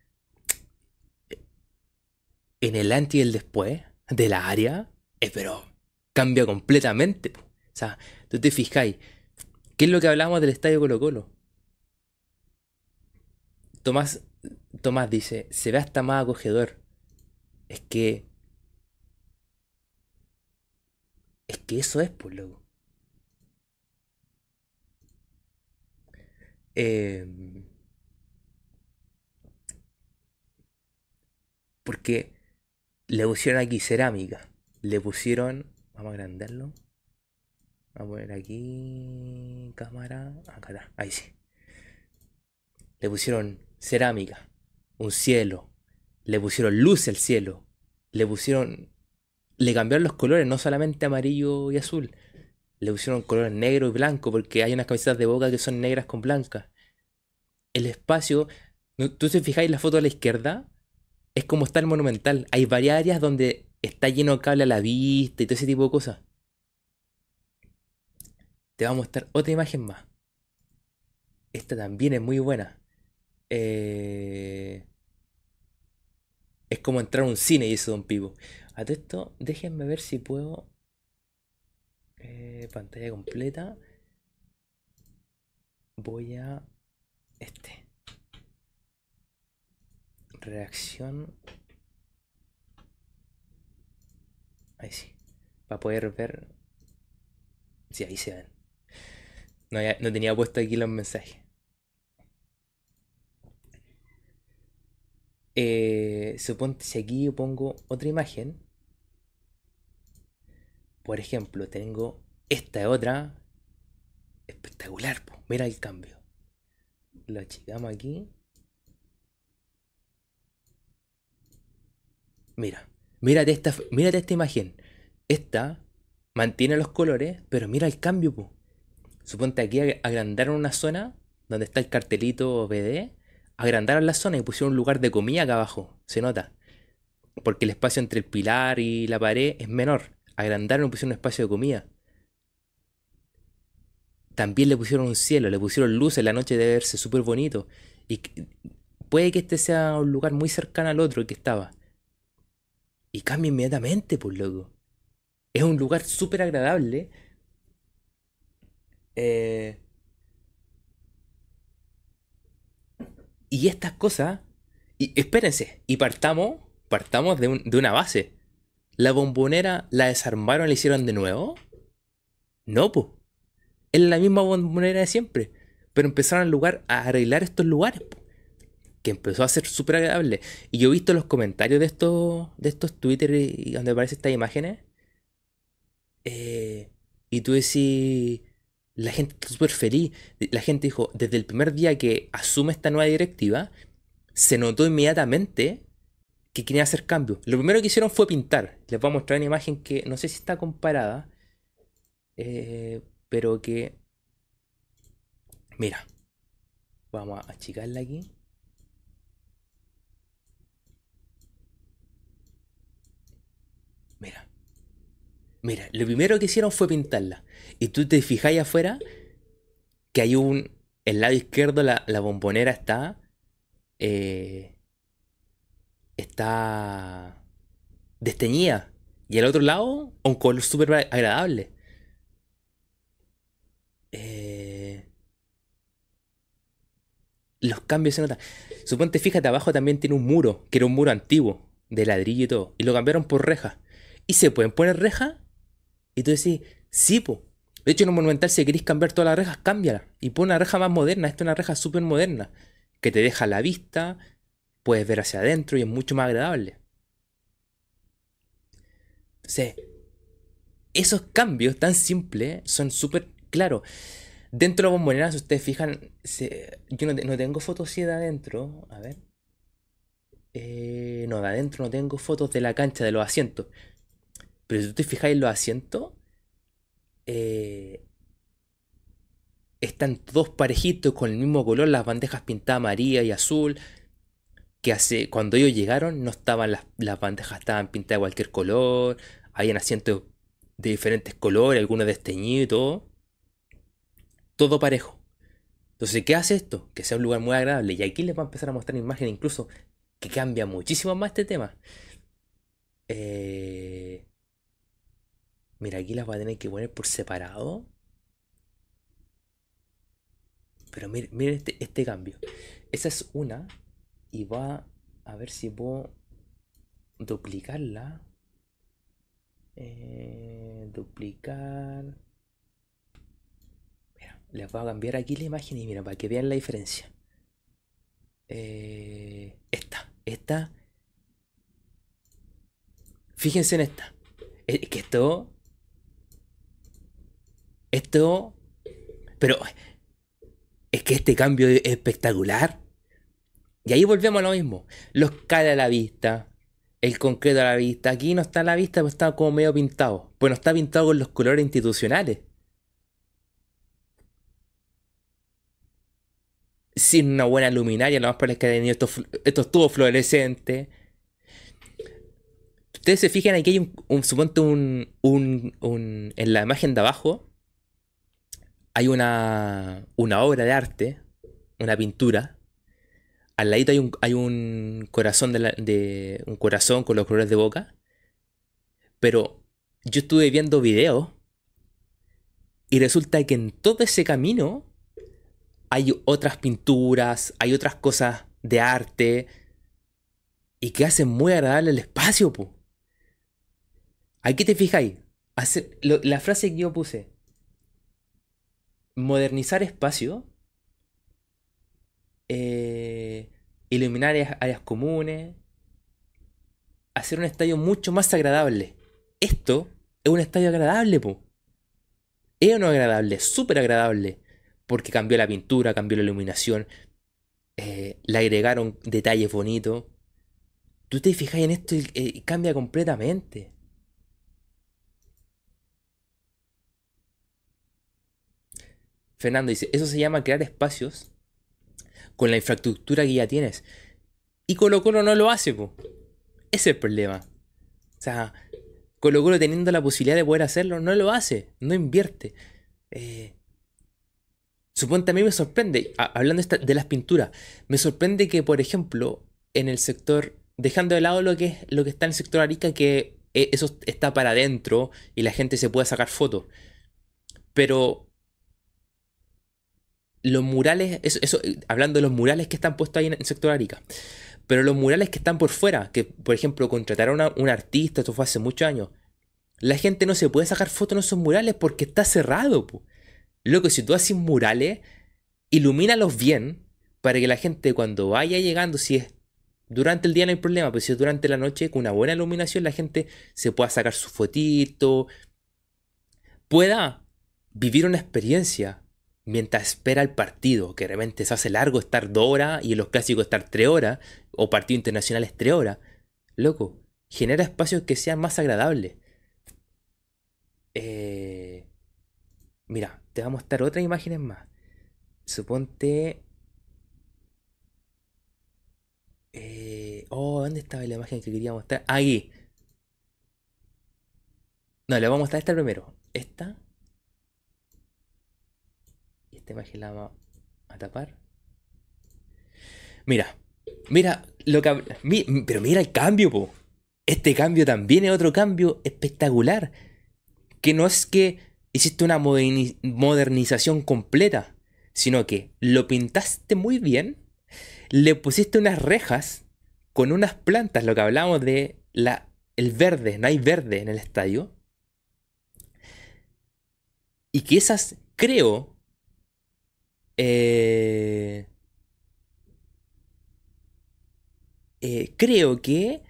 en el antes y el después de la área, eh, pero cambia completamente. Po. O sea, tú te fijáis, ¿qué es lo que hablábamos del estadio Colo Colo? Tomás, Tomás dice, se ve hasta más acogedor. Es que, es que eso es, pues, loco. Eh, porque le pusieron aquí cerámica. Le pusieron, vamos a agrandarlo. Vamos a poner aquí cámara. Acá está, ahí sí. Le pusieron cerámica, un cielo. Le pusieron luz al cielo. Le pusieron. Le cambiaron los colores, no solamente amarillo y azul. Le pusieron colores negro y blanco, porque hay unas camisetas de Boca que son negras con blancas. El espacio, ¿no? Tú si fijáis la foto a la izquierda, es como está el Monumental. Hay varias áreas donde está lleno de cable a la vista y todo ese tipo de cosas. Te va a mostrar otra imagen más. Esta también es muy buena. Eh, es como entrar a un cine y eso, Don Pipo. A todo esto, déjenme ver si puedo. eh, pantalla completa. Voy a. Este. Reacción. Ahí sí. Para poder ver. Sí, ahí se ven. No, había- no tenía puesto aquí los mensajes. Eh, suponte si aquí yo pongo otra imagen. Por ejemplo, tengo esta otra. Espectacular, po. Mira el cambio. Lo achicamos aquí. Mira. Mírate esta, mírate esta imagen. Esta mantiene los colores, pero mira el cambio, po. Suponte aquí ag- agrandaron una zona donde está el cartelito B D. Agrandaron la zona y pusieron un lugar de comida acá abajo. Se nota. Porque el espacio entre el pilar y la pared es menor. Agrandaron y pusieron un espacio de comida. También le pusieron un cielo, le pusieron luces. La noche debe verse súper bonito. Y que- puede que este sea un lugar muy cercano al otro que estaba. Y cambia inmediatamente, pues loco. Es un lugar súper agradable. eh, y estas cosas... Y espérense, y partamos, partamos de, un- de una base. ¿La bombonera la desarmaron y la hicieron de nuevo? No, pues. Es la misma bombonera de siempre. Pero empezaron al lugar a arreglar estos lugares, po, que empezó a ser súper agradable. Y yo he visto los comentarios de estos, de estos Twitter y donde aparecen estas imágenes. eh, y tú decís, la gente está súper feliz. La gente dijo, desde el primer día que asume esta nueva directiva, se notó inmediatamente que querían hacer cambios. Lo primero que hicieron fue pintar. Les voy a mostrar una imagen que no sé si está comparada, eh, pero que, mira, vamos a achicarla aquí. Mira, mira, lo primero que hicieron fue pintarla. Y tú te fijáis afuera que hay un, el lado izquierdo, la, la bombonera está, eh, está desteñida. Y al otro lado, un color súper agradable. Eh, los cambios se notan. Suponte, fíjate, abajo también tiene un muro, que era un muro antiguo, de ladrillo y todo. Y lo cambiaron por rejas. ¿Y se pueden poner rejas? Y tú decís, sí, po. De hecho, en un Monumental, si queréis cambiar todas las rejas, cámbiala. Y pon una reja más moderna. Esta es una reja súper moderna. Que te deja a la vista, puedes ver hacia adentro y es mucho más agradable. Entonces, esos cambios tan simples son súper claros. Dentro de la bombonera, si ustedes fijan, se- yo no, te- no tengo fotos así de adentro. A ver. Eh, no, de adentro no tengo fotos de la cancha, de los asientos. Pero si tú te fijas en los asientos, eh, están todos parejitos con el mismo color, las bandejas pintadas amarilla y azul. Que hace, cuando ellos llegaron, no estaban las, las bandejas, estaban pintadas de cualquier color. Habían asientos de diferentes colores, algunos desteñidos y todo. Todo parejo. Entonces, ¿qué hace esto? Que sea un lugar muy agradable. Y aquí les va a empezar a mostrar imágenes incluso que cambia muchísimo más este tema. Eh, Mira, aquí las voy a tener que poner por separado. Pero miren, miren este, este cambio. Esa es una. Y va a ver si puedo duplicarla. Eh, duplicar. Mira, les voy a cambiar aquí la imagen y mira, para que vean la diferencia. Eh, esta, esta. Fíjense en esta. Es que esto, esto. Pero es que este cambio es espectacular. Y ahí volvemos a lo mismo. Los cae a la vista. El concreto a la vista. Aquí no está a la vista, pues está como medio pintado. Pues no está pintado con los colores institucionales. Sin una buena luminaria, lo más probable es que haya tenido estos, estos tubos fluorescentes. Ustedes se fijan, aquí hay un, un suponte un, un, un- en la imagen de abajo hay una, una obra de arte, una pintura. Al ladito hay un, hay un corazón de, la- de- un corazón con los colores de boca. Pero yo estuve viendo videos y resulta que en todo ese camino hay otras pinturas, hay otras cosas de arte y que hacen muy agradable el espacio, po. Aquí te fijáis. Hacer- lo- la frase que yo puse, modernizar espacio, eh, iluminar áreas, áreas comunes, hacer un estadio mucho más agradable. Esto es un estadio agradable, po. Es no agradable, es súper agradable. Porque cambió la pintura, cambió la iluminación, eh, le agregaron detalles bonitos. Tú te fijas en esto y eh, cambia completamente. Fernando dice, eso se llama crear espacios con la infraestructura que ya tienes. Y Colo Colo no lo hace, po. Ese es el problema. O sea, Colo Colo teniendo la posibilidad de poder hacerlo, no lo hace, no invierte. Eh, Suponte a mí me sorprende, a- hablando esta- de las pinturas, me sorprende que, por ejemplo, en el sector, dejando de lado lo que es lo que está en el sector Arica, que e- eso está para adentro y la gente se puede sacar fotos. Pero los murales, eso, eso, eh, hablando de los murales que están puestos ahí en el sector Arica, pero los murales que están por fuera, que por ejemplo contrataron a un artista, esto fue hace muchos años, la gente no se puede sacar fotos en esos murales porque está cerrado, po. Loco, si tú haces murales, ilumínalos bien para que la gente cuando vaya llegando, si es durante el día no hay problema, pero si es durante la noche, con una buena iluminación, la gente se pueda sacar su fotito, pueda vivir una experiencia mientras espera el partido, que realmente se hace largo estar dos horas y en los clásicos estar tres horas, o partidos internacionales tres horas. Loco, genera espacios que sean más agradables. Eh, Mira, te voy a mostrar otras imágenes más. Suponte. Eh, oh, ¿dónde estaba la imagen que quería mostrar? Ahí. No, le voy a mostrar esta primero. Esta. Y esta imagen la vamos a tapar. Mira. Mira lo que. mi- pero mira el cambio, po. Este cambio también es otro cambio espectacular. Que no es que hiciste una moderni- modernización completa, sino que lo pintaste muy bien, le pusiste unas rejas con unas plantas, lo que hablábamos de la, el verde, no hay verde en el estadio, y que esas creo, eh, eh, creo que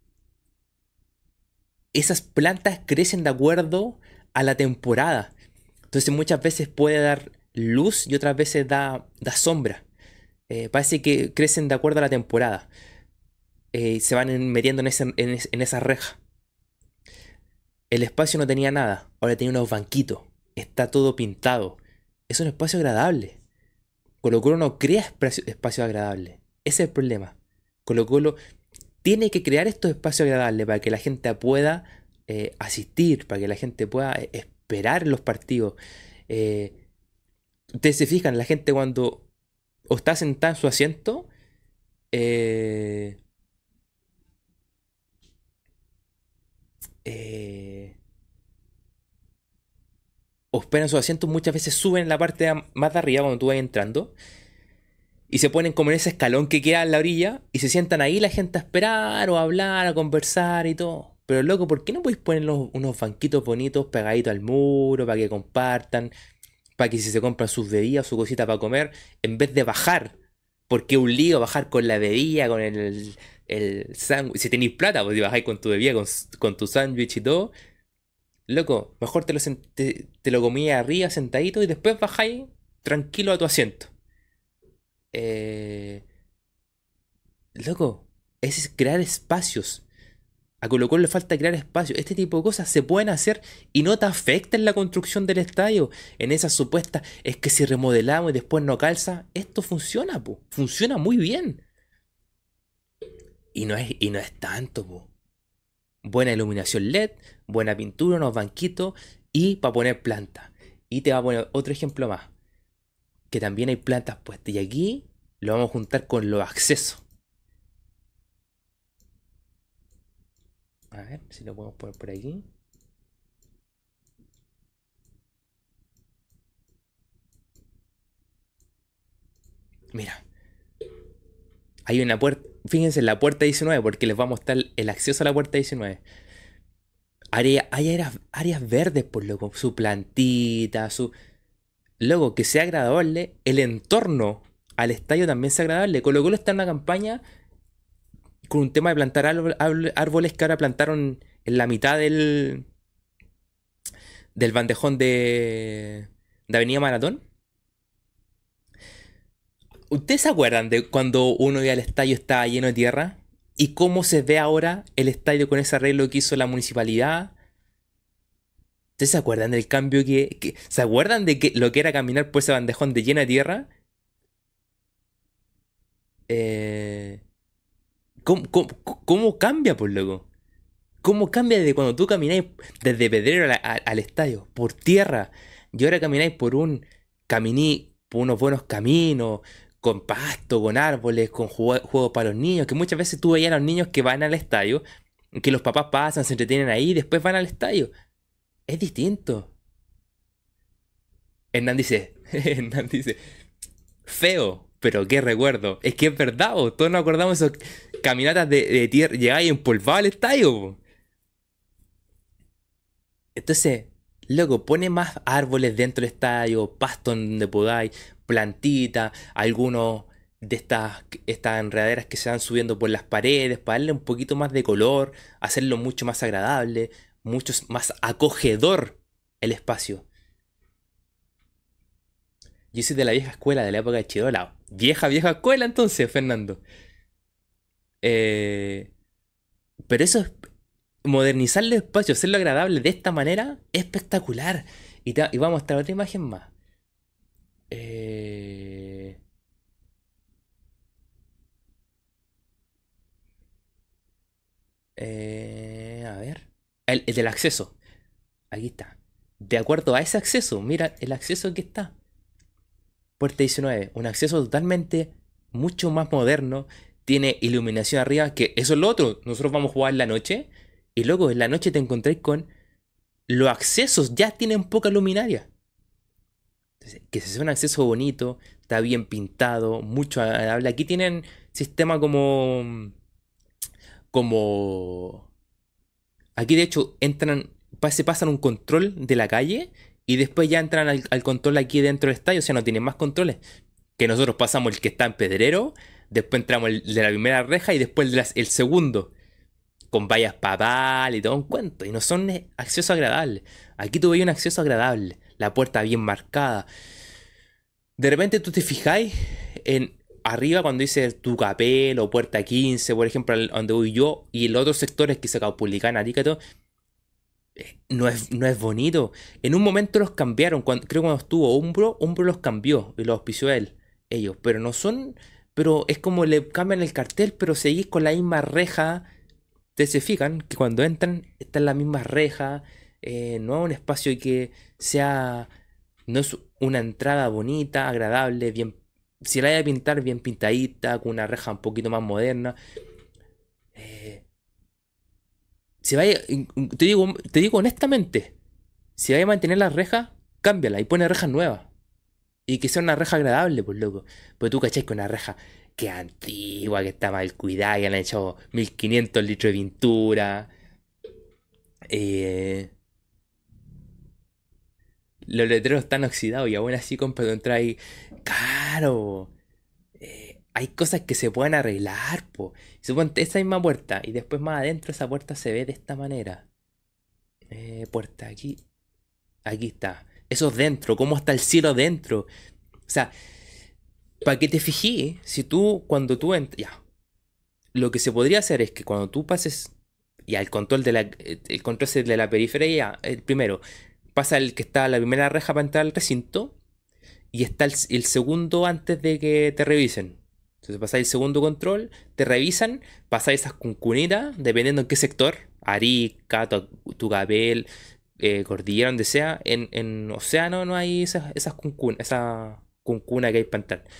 esas plantas crecen de acuerdo a la temporada. Entonces muchas veces puede dar luz y otras veces da, da sombra. Eh, parece que crecen de acuerdo a la temporada. Eh, se van en- metiendo en, ese- en es- en esa reja. El espacio no tenía nada, ahora tiene unos banquitos. Está todo pintado. Es un espacio agradable. Colo Colo no crea espacio, espacio agradable. Ese es el problema. Colo Colo tiene que crear estos espacios agradables para que la gente pueda eh, asistir, para que la gente pueda eh, esperar los partidos. Eh, Ustedes se fijan, la gente cuando o está sentada en su asiento, eh, eh, o esperan sus asientos, muchas veces suben en la parte de más de arriba cuando tú vas entrando y se ponen como en ese escalón que queda en la orilla y se sientan ahí la gente a esperar o a hablar, a conversar y todo. Pero loco, ¿por qué no podéis poner los- unos banquitos bonitos pegaditos al muro para que compartan, para que si se compran sus bebidas, su cosita para comer, en vez de bajar? Porque es un lío bajar con la bebida, con el, el sándwich. Si tenéis plata, pues si bajáis con tu bebida, con, con tu sándwich y todo. Loco, mejor te lo, sen- te, te lo comías arriba sentadito y después bajáis tranquilo a tu asiento. Eh, Loco, es crear espacios. A Colo Colo le falta crear espacios. Este tipo de cosas se pueden hacer y no te afectan la construcción del estadio. En esas supuestas es que si remodelamos y después no calza, esto funciona, po. Funciona muy bien. Y no es, y no es tanto, po. Buena iluminación L E D, buena pintura, unos banquitos y para poner plantas. Y te va a poner otro ejemplo más, que también hay plantas puestas. Y aquí lo vamos a juntar con los accesos. A ver si lo podemos poner por aquí. Mira, hay una puerta. Fíjense en la puerta diecinueve, porque les va a mostrar el acceso a la puerta diecinueve. Área- hay áreas, áreas verdes, por loco. Su plantita, su. Luego, que sea agradable. El entorno al estadio también sea agradable. Colo Colo está en una campaña con un tema de plantar árbol- árbol- árboles que ahora plantaron en la mitad del, del bandejón de, de Avenida Maratón. ¿Ustedes se acuerdan de cuando uno iba al estadio estaba lleno de tierra? ¿Y cómo se ve ahora el estadio con ese arreglo que hizo la municipalidad? ¿Ustedes se acuerdan del cambio que, que- ¿Se acuerdan de que lo que era caminar por ese bandejón de lleno de tierra? Eh, ¿cómo, cómo- cómo cambia, por loco? ¿Cómo cambia desde cuando tú camináis desde Pedrero a la- a- al estadio? Por tierra. Y ahora camináis por un caminí, por unos buenos caminos, con pasto, con árboles, con jue- juegos para los niños. Que muchas veces tú veías a los niños que van al estadio que los papás pasan, se entretienen ahí y después van al estadio. Es distinto. Hernán dice, Hernán dice, feo, pero qué recuerdo. Es que es verdad, po, todos nos acordamos de esas caminatas de, de tierra, llegáis empolvado al estadio, po. Entonces, loco, pone más árboles dentro del estadio, pasto en donde podáis, plantita, algunos de estas, estas enredaderas que se van subiendo por las paredes, para darle un poquito más de color, hacerlo mucho más agradable, mucho más acogedor el espacio. Yo soy de la vieja escuela, de la época de Chirola. Vieja, vieja escuela entonces, Fernando. Eh, pero eso es modernizar el espacio, hacerlo agradable de esta manera, es espectacular. Y, te- y vamos a mostrar otra imagen más. Eh, eh, a ver. El, el del acceso. Aquí está. De acuerdo a ese acceso, mira el acceso que está. Puerta diecinueve. Un acceso totalmente mucho más moderno. Tiene iluminación arriba, que eso es lo otro. Nosotros vamos a jugar en la noche. Y luego en la noche te encontráis con los accesos ya tienen poca luminaria. Entonces, que se sea un acceso bonito, está bien pintado, mucho agradable. Aquí tienen sistema como. Como. Aquí de hecho entran. pa- Se pasan un control de la calle. Y después ya entran al, al control aquí dentro del estadio. O sea, no tienen más controles. Que nosotros pasamos el que está en Pedrero. Después entramos el de la primera reja. Y después el, de las- el segundo. Con vallas papal y todo un cuento. Y no son eh, accesos agradables. Aquí tuve un acceso agradable. La puerta bien marcada. De repente tú te fijáis en arriba cuando dice Tucapel o Puerta quince, por ejemplo, al- donde voy yo, y los otros sectores que se Caupolicán, Arica y todo, no es, no es bonito. En un momento los cambiaron, cuando, creo que cuando estuvo Umbro, Umbro los cambió y los auspició él, ellos, pero no son, pero es como le cambian el cartel, pero seguís con la misma reja. Ustedes se fijan que cuando entran está en la misma reja, eh, no es un espacio que sea, no es una entrada bonita, agradable, bien, si la hay a pintar bien pintadita, con una reja un poquito más moderna. eh, si vaya, te digo, te digo honestamente, si vaya a mantener la reja, cámbiala y pone rejas nuevas. Y que sea una reja agradable, pues loco. Pues tú cachai que una reja que es antigua, que está mal cuidada, que le han echado mil quinientos litros de pintura. Eh, los letreros están oxidados y aún así, compa, tú entras ahí. Claro. eh, hay cosas que se pueden arreglar, po. Suponte esa misma puerta y después más adentro esa puerta se ve de esta manera. Eh, puerta aquí. Aquí está. Eso es dentro. ¿Cómo está el cielo dentro? O sea, para que te fijes, si tú, cuando tú entras. Ya. Lo que se podría hacer es que cuando tú pases. Ya, el control de la. El control es el de la periferia, ya. El primero. Pasa el que está a la primera reja para entrar al recinto. Y está el, el segundo antes de que te revisen. Entonces pasáis el segundo control, te revisan, pasáis esas cuncunitas, dependiendo en qué sector, Arica, Tu- Tucapel, eh, Cordillera, donde sea, en, en Océano no hay esas, esas cuncun- esa cuncuna que hay para entrar.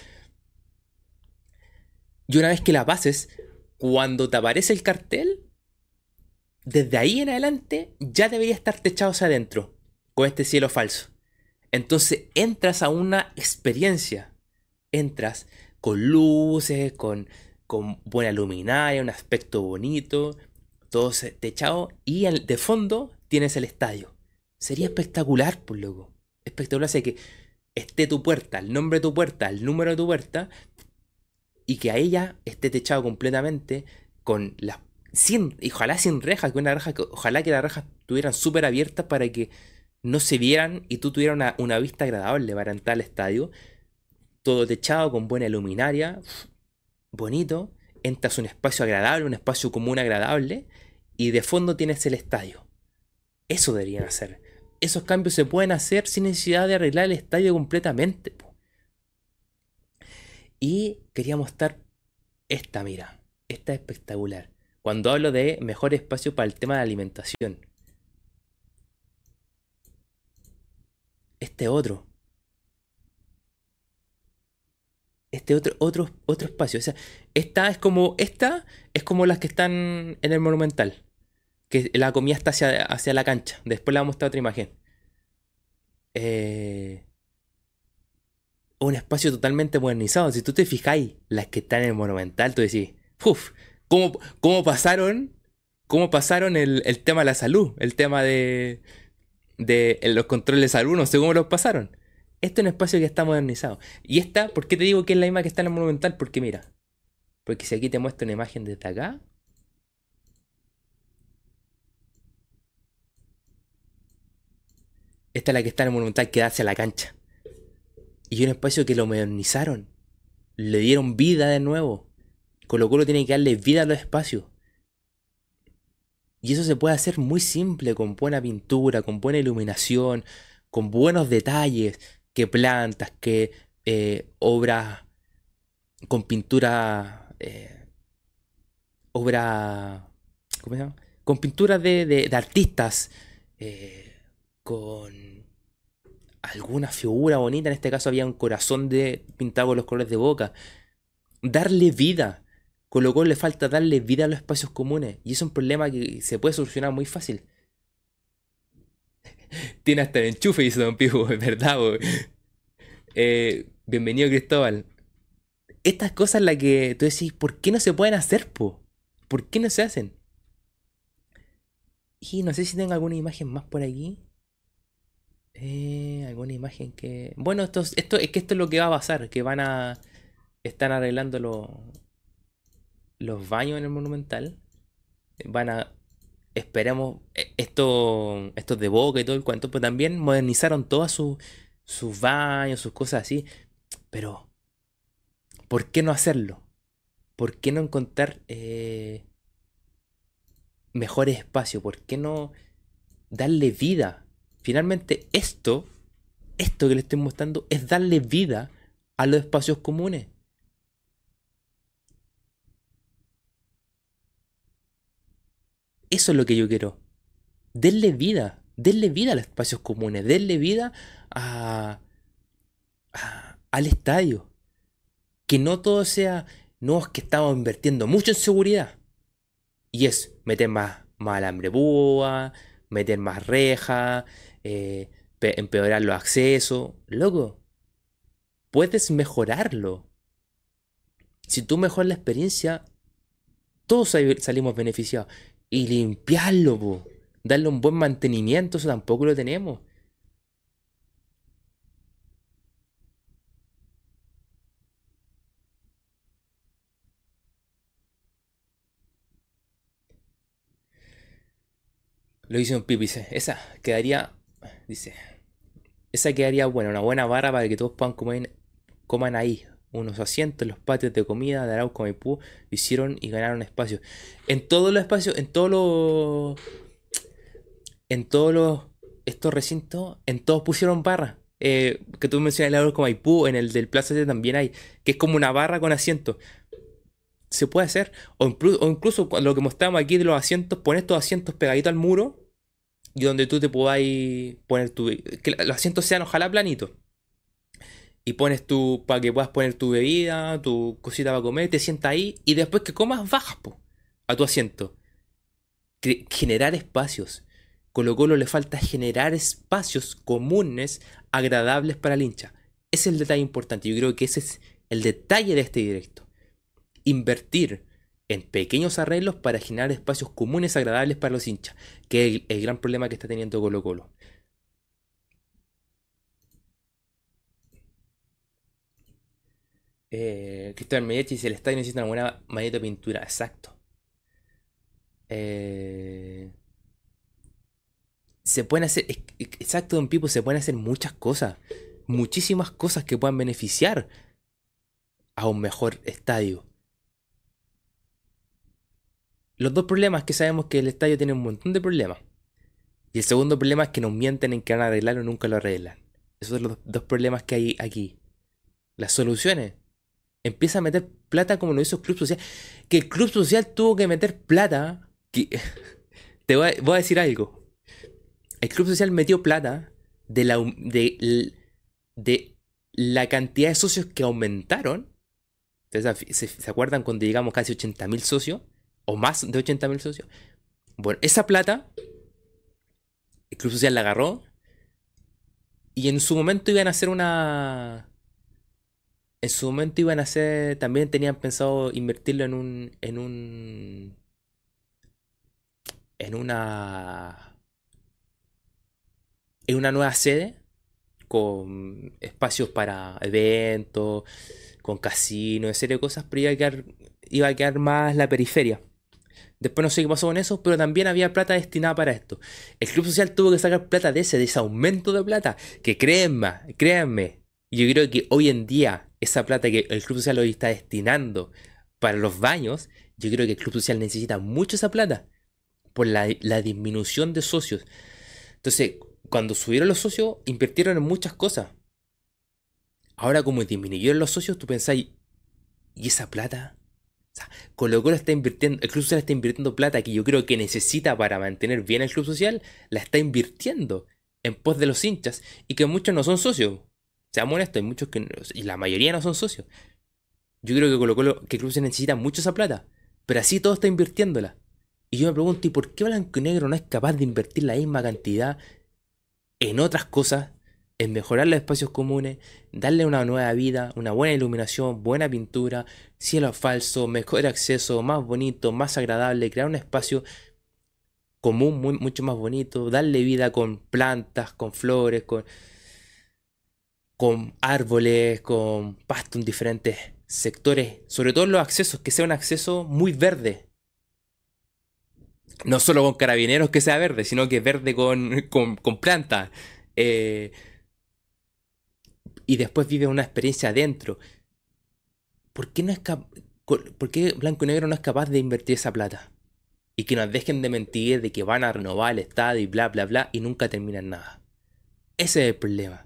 Y una vez que la pases, cuando te aparece el cartel, desde ahí en adelante ya debería estar techado hacia adentro, con este cielo falso. Entonces entras a una experiencia. Entras con luces, con, con buena luminaria, un aspecto bonito, todo se- techado, y al- de fondo tienes el estadio. Sería espectacular, por loco. Espectacular, o sea, que esté tu puerta, el nombre de tu puerta, el número de tu puerta, y que a ella esté techado completamente con las. Sin, y ojalá sin rejas, que una reja, que- ojalá que las rejas estuvieran súper abiertas para que no se vieran y tú tuvieras una, una vista agradable para entrar al estadio, todo techado con buena luminaria, bonito, entras a un espacio agradable, un espacio común agradable, y de fondo tienes el estadio. Eso deberían hacer. Esos cambios se pueden hacer sin necesidad de arreglar el estadio completamente, po. Y quería mostrar esta, mira, esta es espectacular. Cuando hablo de mejor espacio para el tema de alimentación, este otro, este otro, otro, otro espacio. O sea, esta es como, esta es como las que están en el Monumental. que la comida está hacia, hacia la cancha. Después le vamos a mostrar otra imagen. Eh, un espacio totalmente modernizado. Si tú te fijáis, las que están en el Monumental, tú decís, uff, ¿cómo, cómo pasaron, cómo pasaron el, el tema de la salud? El tema de, de los controles de salud, no sé cómo los pasaron. Este es un espacio que está modernizado. Y esta, ¿por qué te digo que es la misma que está en el Monumental? Porque mira, porque si aquí te muestro una imagen desde acá, esta es la que está en el Monumental que da hacia la cancha. Y un espacio que lo modernizaron. Le dieron vida de nuevo. Colo Colo tiene que darle vida a los espacios. Y eso se puede hacer muy simple, con buena pintura, con buena iluminación, con buenos detalles, que plantas, que eh, obras con pintura, eh, obra, ¿cómo se llama? Con pinturas de, de- de artistas, eh, con alguna figura bonita, en este caso había un corazón de, pintado con los colores de Boca. Darle vida. Con lo cual le falta darle vida a los espacios comunes. Y es un problema que se puede solucionar muy fácil. Tiene hasta el enchufe, dice Don Pipo, es verdad, bo. Eh, bienvenido, Cristóbal. Estas cosas las que tú decís, ¿por qué no se pueden hacer, po? ¿Por qué no se hacen? Y no sé si tengo alguna imagen más por aquí. Eh, alguna imagen que. Bueno, esto, es- esto es que esto es lo que va a pasar, que van a. Están arreglando los, los baños en el Monumental. Van a. Esperemos. eh, Esto, estos de Boca y todo el cuento, pero también modernizaron todas sus sus baños, sus cosas así. Pero, ¿por qué no hacerlo? ¿Por qué no encontrar eh, mejores espacios? ¿Por qué no darle vida? Finalmente, esto, esto que le estoy mostrando, es darle vida a los espacios comunes. Eso es lo que yo quiero. Denle vida. Denle vida a los espacios comunes. Denle vida a, a- al estadio. Que no todo sea, no es que estamos invirtiendo mucho en seguridad. Y es meter más, más alambre púa, meter más rejas, eh, pe- empeorar los accesos. Loco, puedes mejorarlo. Si tú mejoras la experiencia, todos sal- salimos beneficiados. Y limpiarlo, po. Darle un buen mantenimiento, eso tampoco lo tenemos. Lo hizo un pipi, dice. Esa quedaría, dice, esa quedaría buena, una buena barra para que todos puedan comer, coman ahí. Unos asientos, los patios de comida de Arauco Maipú hicieron y ganaron espacio. En todos los espacios, en todos los, en todos los, estos recintos, en todos pusieron barra. Eh, que tú mencionas el Arauco Maipú, en el del Plaza C también hay, que es como una barra con asientos. Se puede hacer. O, inclu- o incluso con lo que mostramos aquí de los asientos, poner estos asientos pegaditos al muro y donde tú te podáis poner tu. Que los asientos sean ojalá planitos. Y pones tu. Para que puedas poner tu bebida, tu cosita para comer, te sientas ahí y después que comas, bajas po, a tu asiento. Cre- generar espacios. Colo Colo le falta generar espacios comunes, agradables para el hincha. Ese es el detalle importante. Yo creo que ese es el detalle de este directo. Invertir en pequeños arreglos para generar espacios comunes agradables para los hinchas, que es el, el gran problema que está teniendo Colo Colo. Eh, Cristóbal Medici dice, el estadio necesita una buena malleta de pintura. Exacto. Eh, se pueden hacer, es- es- exacto, Don Pipo, se pueden hacer muchas cosas. Muchísimas cosas que puedan beneficiar a un mejor estadio. Los dos problemas que sabemos que el estadio tiene un montón de problemas. Y el segundo problema es que nos mienten en que van a arreglarlo y nunca lo arreglan. Esos son los dos problemas que hay aquí. Las soluciones. Empieza a meter plata como lo hizo el Club Social. Que el Club Social tuvo que meter plata. Que, te voy a, voy a decir algo. El Club Social metió plata de la, de, de la cantidad de socios que aumentaron. Entonces, ¿se, se acuerdan cuando llegamos casi ochenta mil socios? O más de ochenta mil socios. Bueno, esa plata, el Club Social la agarró y en su momento iban a hacer una... En su momento iban a hacer... También tenían pensado invertirlo en un... En un... En una... En una nueva sede con espacios para eventos, con casinos, esa serie de cosas, pero iba a quedar, iba a quedar más la periferia. Después no sé qué pasó con eso, pero también había plata destinada para esto. El Club Social tuvo que sacar plata de ese, de ese aumento de plata, que créanme, créanme, yo creo que hoy en día esa plata que el Club Social hoy está destinando para los baños, yo creo que el Club Social necesita mucho esa plata por la, la disminución de socios. Entonces, cuando subieron los socios, invirtieron en muchas cosas. Ahora, como disminuyeron los socios, tú pensáis, ¿y esa plata? O sea, Colo Colo está invirtiendo, el Club Social está invirtiendo plata que yo creo que necesita para mantener bien el Club Social, la está invirtiendo en pos de los hinchas y que muchos no son socios. Seamos honestos, hay muchos que, no- y la mayoría no son socios. Yo creo que Colo Colo, que el Club Social necesita mucho esa plata, pero así todo está invirtiéndola. Y yo me pregunto, ¿y por qué Blanco y Negro no es capaz de invertir la misma cantidad en otras cosas, en mejorar los espacios comunes, darle una nueva vida, una buena iluminación, buena pintura, cielo falso, mejor acceso, más bonito, más agradable, crear un espacio común muy- mucho más bonito, darle vida con plantas, con flores, con, con árboles, con pasto en diferentes sectores, sobre todo en los accesos, que sea un acceso muy verde. No solo con carabineros que sea verde, sino que verde con, con, con plantas. Eh, y después vive una experiencia adentro. ¿Por qué no es cap- co- ¿Por qué Blanco y Negro no es capaz de invertir esa plata? Y que nos dejen de mentir de que van a renovar el estadio y bla bla bla y nunca terminan nada. Ese es el problema.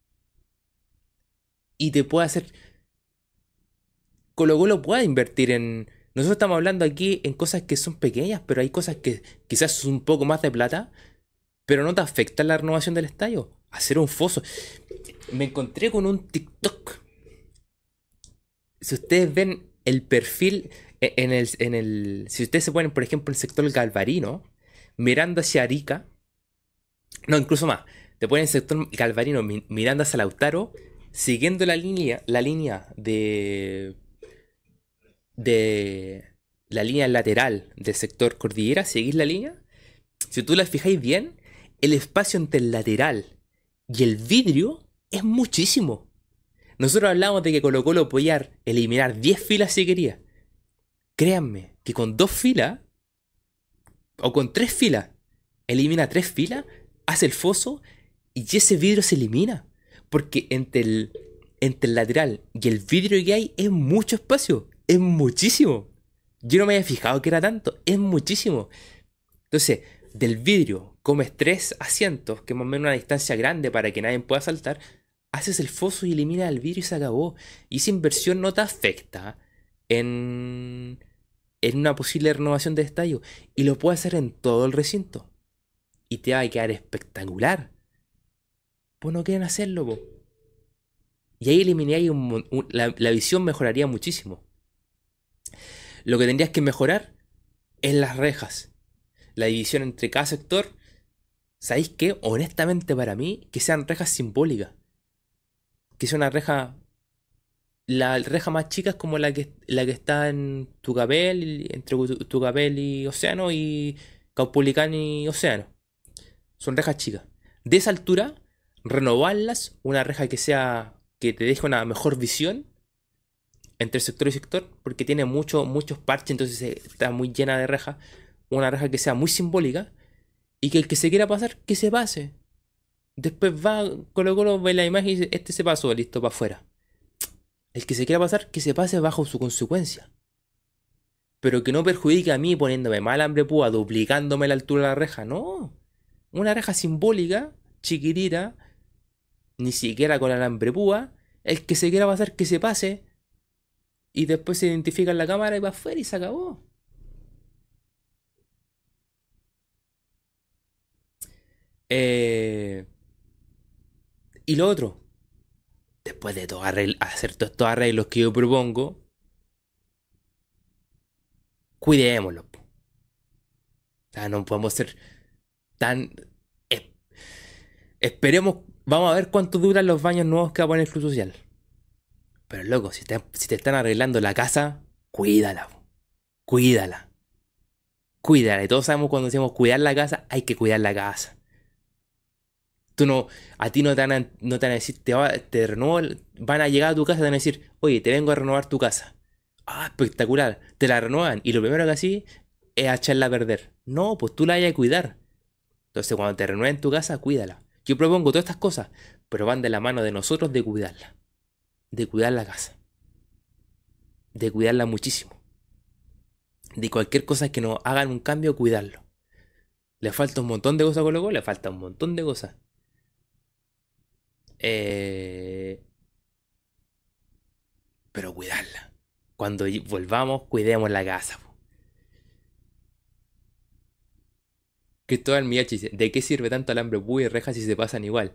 Y te puede hacer. Colo Colo puede invertir en. Nosotros estamos hablando aquí en cosas que son pequeñas, pero hay cosas que quizás son un poco más de plata, pero no te afecta la renovación del estadio. Hacer un foso. Me encontré con un TikTok. Si ustedes ven el perfil e- en el, en el, si ustedes se ponen, por ejemplo, en el sector Galvarino, mirando hacia Arica, no, incluso más, te ponen en el sector Galvarino mi- mirando hacia Lautaro, siguiendo la línea, la línea de, de, la línea lateral del sector Cordillera, seguís la línea, si tú la fijáis bien, el espacio entre el lateral y el vidrio es muchísimo. Nosotros hablamos de que Colo Colo podía eliminar diez filas si quería. Créanme que con dos filas o con tres filas, elimina tres filas, hace el foso y ese vidrio se elimina. Porque entre el, entre el lateral y el vidrio que hay es mucho espacio, es muchísimo. Yo no me había fijado que era tanto, es muchísimo. Entonces, del vidrio comes tres asientos, que es más o menos una distancia grande para que nadie pueda saltar, haces el foso y eliminas el vidrio y se acabó. Y esa inversión no te afecta en en una posible renovación de estadio. Y lo puede hacer en todo el recinto. Y te va a quedar espectacular. Pues no quieren hacerlo, po. Y ahí eliminaría un mon- un- la, la visión mejoraría muchísimo. Lo que tendrías que mejorar es las rejas. La división entre cada sector. ¿Sabéis qué? Honestamente para mí, que sean rejas simbólicas. Que sea una reja. La reja más chica es como la que, la que está en Tucapel, y- entre Tu- Tucapel y Océano y Caupolicán y Océano. Son rejas chicas. De esa altura, renovarlas, una reja que sea, que te deje una mejor visión entre sector y sector, porque tiene mucho, muchos parches, entonces eh, está muy llena de rejas. Una reja que sea muy simbólica y que el que se quiera pasar, que se pase. Después va, Colo Colo ve la imagen y dice, este se pasó, listo, para afuera. El que se quiera pasar, que se pase bajo su consecuencia. Pero que no perjudique a mí poniéndome mal hambre púa, duplicándome la altura de la reja. No. Una reja simbólica, chiquitita, ni siquiera con alambre púa. El que se quiera pasar, que se pase. Y después se identifica en la cámara y va afuera y se acabó. Eh, y lo otro, después de todo arregl- hacer todos estos arreglos que yo propongo, cuidémoslo, po. sea, no podemos ser tan... es- Esperemos, vamos a ver cuánto duran los baños nuevos que va a poner el Club Social. Pero loco, si te, si te están arreglando la casa, cuídala, po, cuídala, cuídala. Y todos sabemos cuando decimos cuidar la casa, hay que cuidar la casa. Tú no, a ti no te van a, no te van a decir, te, va- te renuevo, el- van a llegar a tu casa y te van a decir, oye, te vengo a renovar tu casa. Ah, espectacular. Te la renuevan y lo primero que así es echarla a perder. No, pues tú la vas a cuidar. Entonces, cuando te renueven tu casa, cuídala. Yo propongo todas estas cosas, pero van de la mano de nosotros de cuidarla, de cuidar la casa, de cuidarla muchísimo. De cualquier cosa que nos hagan un cambio, cuidarlo. Le falta un montón de cosas a Colo Colo, le falta un montón de cosas. Eh, pero cuidarla. Cuando y- volvamos, cuidemos la casa, po. Cristóbal Miyachi dice, ¿de qué sirve tanto alambre púa y rejas si se pasan igual?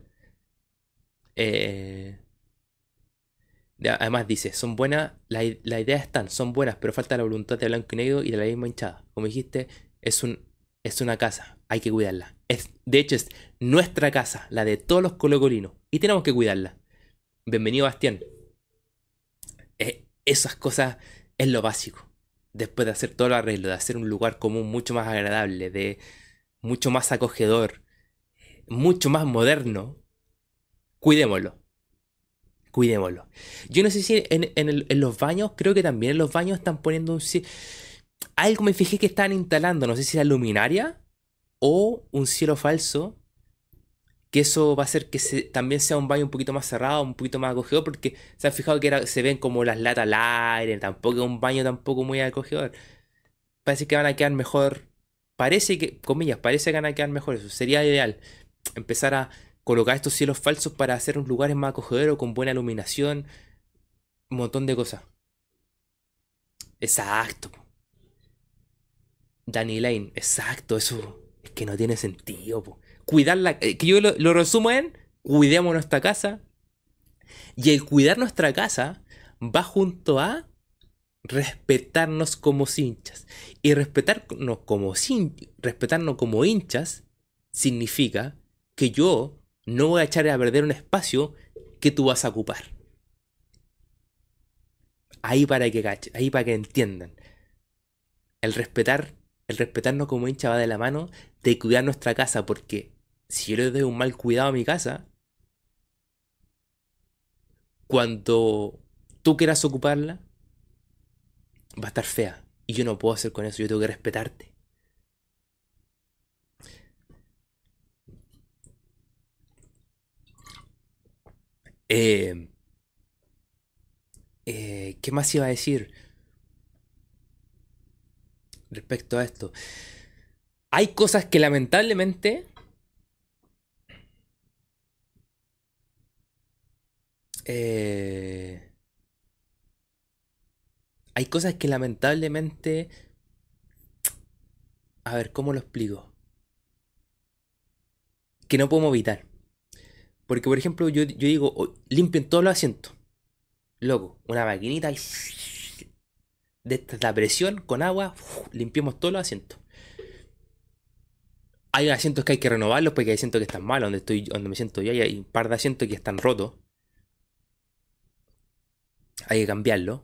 Eh, de- además dice, son buenas, la, i- las ideas están, son buenas, pero falta la voluntad de blanco y negro y de la misma hinchada. Como dijiste, es un, es una casa, hay que cuidarla. Es, de hecho, es nuestra casa, la de todos los colocolinos, y tenemos que cuidarla. Bienvenido, Bastián. Eh, esas cosas es lo básico. Después de hacer todo el arreglo, de hacer un lugar común mucho más agradable, de mucho más acogedor, mucho más moderno, cuidémoslo. Cuidémoslo. Yo no sé si en, en el- en los baños, creo que también en los baños están poniendo un... cie- Algo me fijé que estaban instalando, no sé si la luminaria o un cielo falso, que eso va a hacer que se- también sea un baño un poquito más cerrado, un poquito más acogedor, porque se han fijado que era- se ven como las latas al aire, tampoco es un baño tampoco muy acogedor. Parece que van a quedar mejor, parece que, comillas, parece que van a quedar mejor eso. Sería ideal empezar a colocar estos cielos falsos para hacer un lugares más acogedores, con buena iluminación, un montón de cosas. Exacto. Danny Lane, exacto, eso es que no tiene sentido, po. Cuidar la, eh, que yo lo, lo resumo en, cuidemos nuestra casa, y el cuidar nuestra casa va junto a respetarnos como hinchas. Y respetarnos como, sin- respetarnos como hinchas significa que yo no voy a echar a perder un espacio que tú vas a ocupar. Ahí para que cachen, ahí para que entiendan. El respetar, el respetarnos como hincha va de la mano de cuidar nuestra casa, porque si yo le doy un mal cuidado a mi casa, cuando tú quieras ocuparla, va a estar fea. Y yo no puedo hacer con eso, yo tengo que respetarte. Eh, eh, ¿qué más iba a decir respecto a esto? Hay cosas que lamentablemente... eh, hay cosas que lamentablemente... A ver, ¿cómo lo explico? Que no podemos evitar. Porque, por ejemplo, yo, yo digo, "Oh, limpien todos los asientos. Loco, una maquinita y de esta la presión con agua, limpiemos todos los asientos. Hay asientos que hay que renovarlos porque hay asientos que están malos, donde estoy, donde me siento yo, y hay un par de asientos que están rotos. Hay que cambiarlos.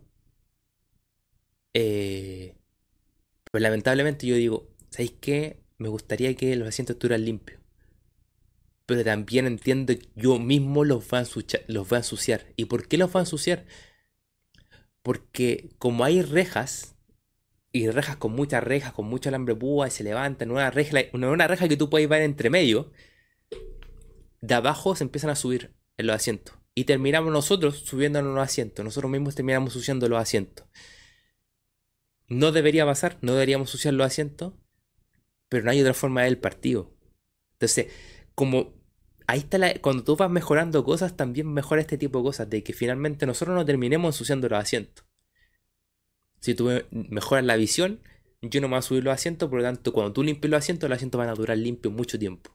Eh, pues lamentablemente yo digo, ¿sabéis qué? Me gustaría que los asientos estuvieran limpios. Pero también entiendo que yo mismo los voy a ensuciar, los voy a ensuciar. ¿Y por qué los voy a ensuciar? Porque como hay rejas, y rejas con muchas rejas, con mucho alambre púa, y se levantan, una reja, una, una reja que tú puedes ver entre medio, de abajo se empiezan a subir en los asientos. Y terminamos nosotros subiendo en los asientos. Nosotros mismos terminamos suciando los asientos. No debería pasar, no deberíamos suciar los asientos, pero no hay otra forma del partido. Entonces, como ahí está la, cuando tú vas mejorando cosas, también mejora este tipo de cosas, de que finalmente nosotros no terminemos ensuciando los asientos. Si tú mejoras la visión, yo no me voy a subir los asientos, por lo tanto, cuando tú limpies los asientos, los asientos van a durar limpios mucho tiempo.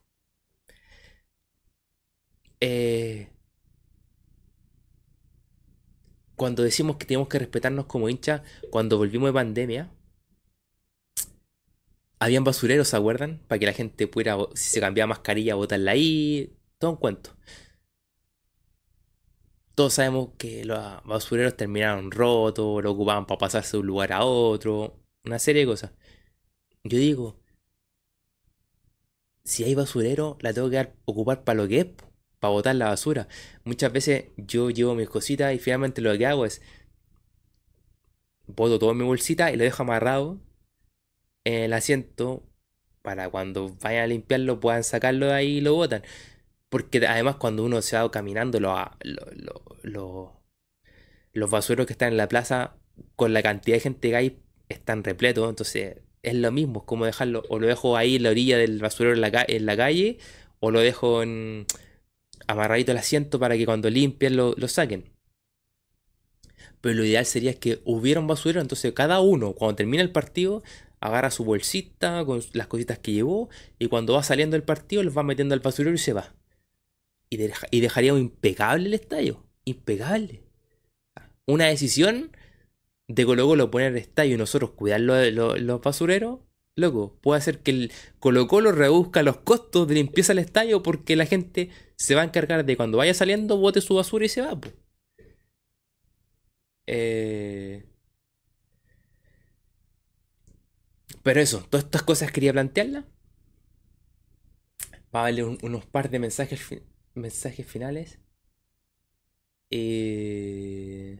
Eh, cuando decimos que tenemos que respetarnos como hinchas, cuando volvimos de pandemia, Habían basureros, ¿se acuerdan? Para que la gente pudiera, bo- si se cambiaba mascarilla, botarla ahí. Todo un cuento. Todos sabemos que los basureros terminaron rotos, lo ocupaban para pasarse de un lugar a otro. Una serie de cosas. Yo digo, si hay basurero, la tengo que dar- ocupar para lo que es, para botar la basura. Muchas veces yo llevo mis cositas y finalmente lo que hago es boto todo en mi bolsita y lo dejo amarrado en el asiento para cuando vayan a limpiarlo puedan sacarlo de ahí y lo botan. Porque además cuando uno se va caminando, lo- lo- lo- lo- los basureros que están en la plaza, con la cantidad de gente que hay, están repletos. Entonces es lo mismo, es como dejarlo, o lo dejo ahí en la orilla del basurero en la, ca- en la calle, o lo dejo en, amarradito al asiento para que cuando limpien lo, lo saquen. Pero lo ideal sería que hubiera un basurero, entonces cada uno, cuando termina el partido, agarra su bolsita con las cositas que llevó, y cuando va saliendo del partido, los va metiendo al basurero y se va. Y, deja- y dejaríamos impecable el estadio. Impecable. Una decisión de Colo Colo poner el estadio y nosotros cuidar lo- lo- los basureros, loco, puede hacer que el Colo Colo reduzca los costos de limpieza del estadio porque la gente se va a encargar de cuando vaya saliendo, bote su basura y se va, po. Eh, pero eso, todas estas cosas quería plantearlas. Va a darle un- unos par de mensajes, fi- mensajes finales. Eh,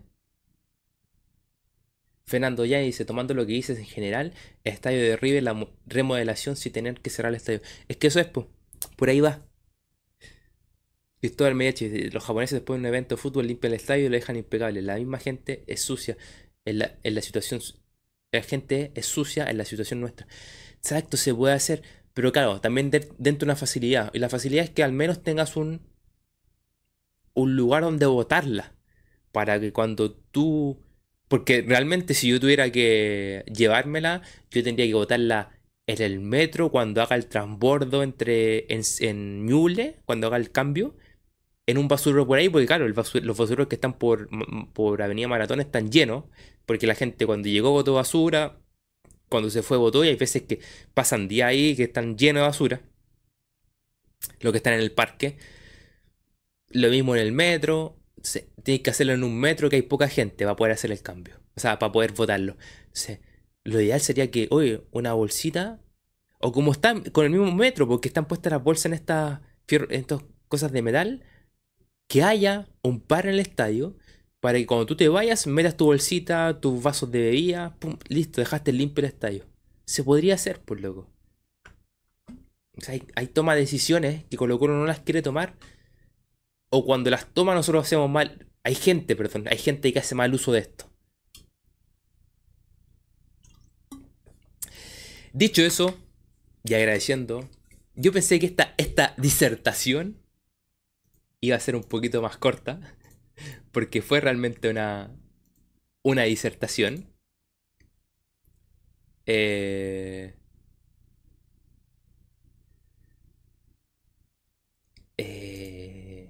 Fernando ya dice, tomando lo que dices en general, el estadio de River, la mo- remodelación sin tener que cerrar el estadio. Es que eso es, po. Por ahí va. Cristóbal Mediachi, dice, los japoneses después de un evento de fútbol limpian el estadio y lo dejan impecable. La misma gente es sucia en la, en la situación. La gente es sucia en la situación nuestra. Exacto, se puede hacer. Pero claro, también de- dentro de una facilidad. Y la facilidad es que al menos tengas un, un lugar donde botarla. Para que cuando tú... Porque realmente si yo tuviera que llevármela, yo tendría que botarla en el metro cuando haga el transbordo entre en, en Ñuble, cuando haga el cambio en un basurero por ahí, porque claro, el basu- los basureros que están por, m- por Avenida Maratón están llenos, porque la gente cuando llegó botó basura, cuando se fue botó, y hay veces que pasan días ahí que están llenos de basura, los que están en el parque. Lo mismo en el metro, se- tienes que hacerlo en un metro que hay poca gente para poder hacer el cambio, o sea, para poder votarlo. Entonces, lo ideal sería que, oye, una bolsita, o como están con el mismo metro, porque están puestas las bolsas en estas fierro- en estas cosas de metal, que haya un par en el estadio para que cuando tú te vayas metas tu bolsita, tus vasos de bebida, pum, listo, dejaste limpio el estadio. Se podría hacer, por loco. O sea, hay, hay toma de decisiones que Colo Colo no las quiere tomar, o cuando las toma nosotros hacemos mal. Hay gente, perdón, hay gente que hace mal uso de esto. Dicho eso, y agradeciendo, yo pensé que esta, esta disertación iba a ser un poquito más corta, porque fue realmente una, una disertación. Eh, eh,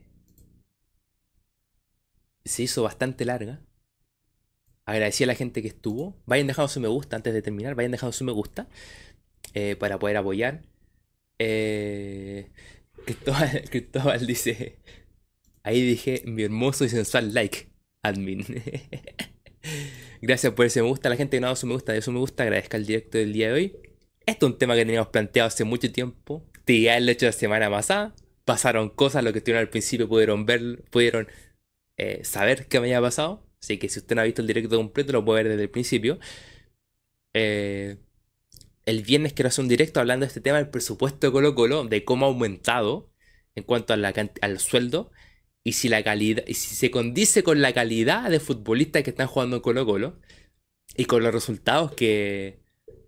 Se hizo bastante larga. Agradecí a la gente que estuvo. Vayan dejando su me gusta antes de terminar. Vayan dejando su me gusta eh, para poder apoyar. Eh, Cristóbal, Cristóbal dice: Ahí dije mi hermoso y sensual like, admin. Gracias por ese me gusta. A la gente que no ha dado su me gusta, de su me gusta, agradezca el directo del día de hoy. Esto es un tema que teníamos planteado hace mucho tiempo. Te llegué el hecho la semana pasada. Pasaron cosas, lo que estuvieron al principio pudieron ver, pudieron eh, saber qué me había pasado. Así que si usted no ha visto el directo completo, lo puede ver desde el principio. Eh, el viernes quiero hacer un directo hablando de este tema del presupuesto de Colo Colo, de cómo ha aumentado en cuanto a la, canti- al sueldo y si la calidad, y si se condice con la calidad de futbolistas que están jugando en Colo Colo y con los resultados que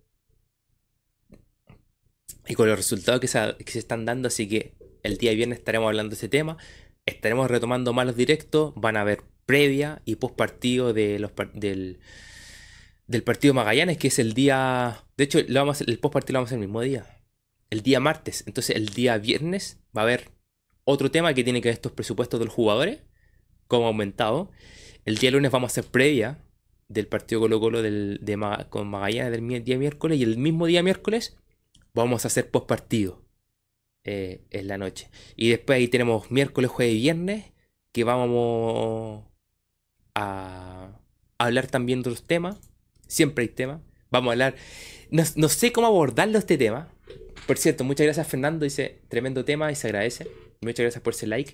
y con los resultados que se, que se están dando. Así que el día viernes estaremos hablando de ese tema. Estaremos retomando más los directos. Van a haber previa y post partido de los, par- del, del partido Magallanes, que es el día. De hecho, lo vamos a hacer- el post partido lo vamos a hacer el mismo día. El día martes. Entonces, el día viernes va a haber otro tema que tiene que ver estos presupuestos de los jugadores, cómo ha aumentado. El día lunes vamos a hacer previa del partido Colo Colo del, de Ma- con Magallanes del mi- día miércoles. Y el mismo día miércoles vamos a hacer post partido eh, en la noche. Y después ahí tenemos miércoles, jueves y viernes, que vamos a hablar también de otros temas. Siempre hay temas. Vamos a hablar. No, no sé cómo abordarlo este tema. Por cierto, muchas gracias Fernando. Dice tremendo tema y se agradece. Muchas gracias por ese like.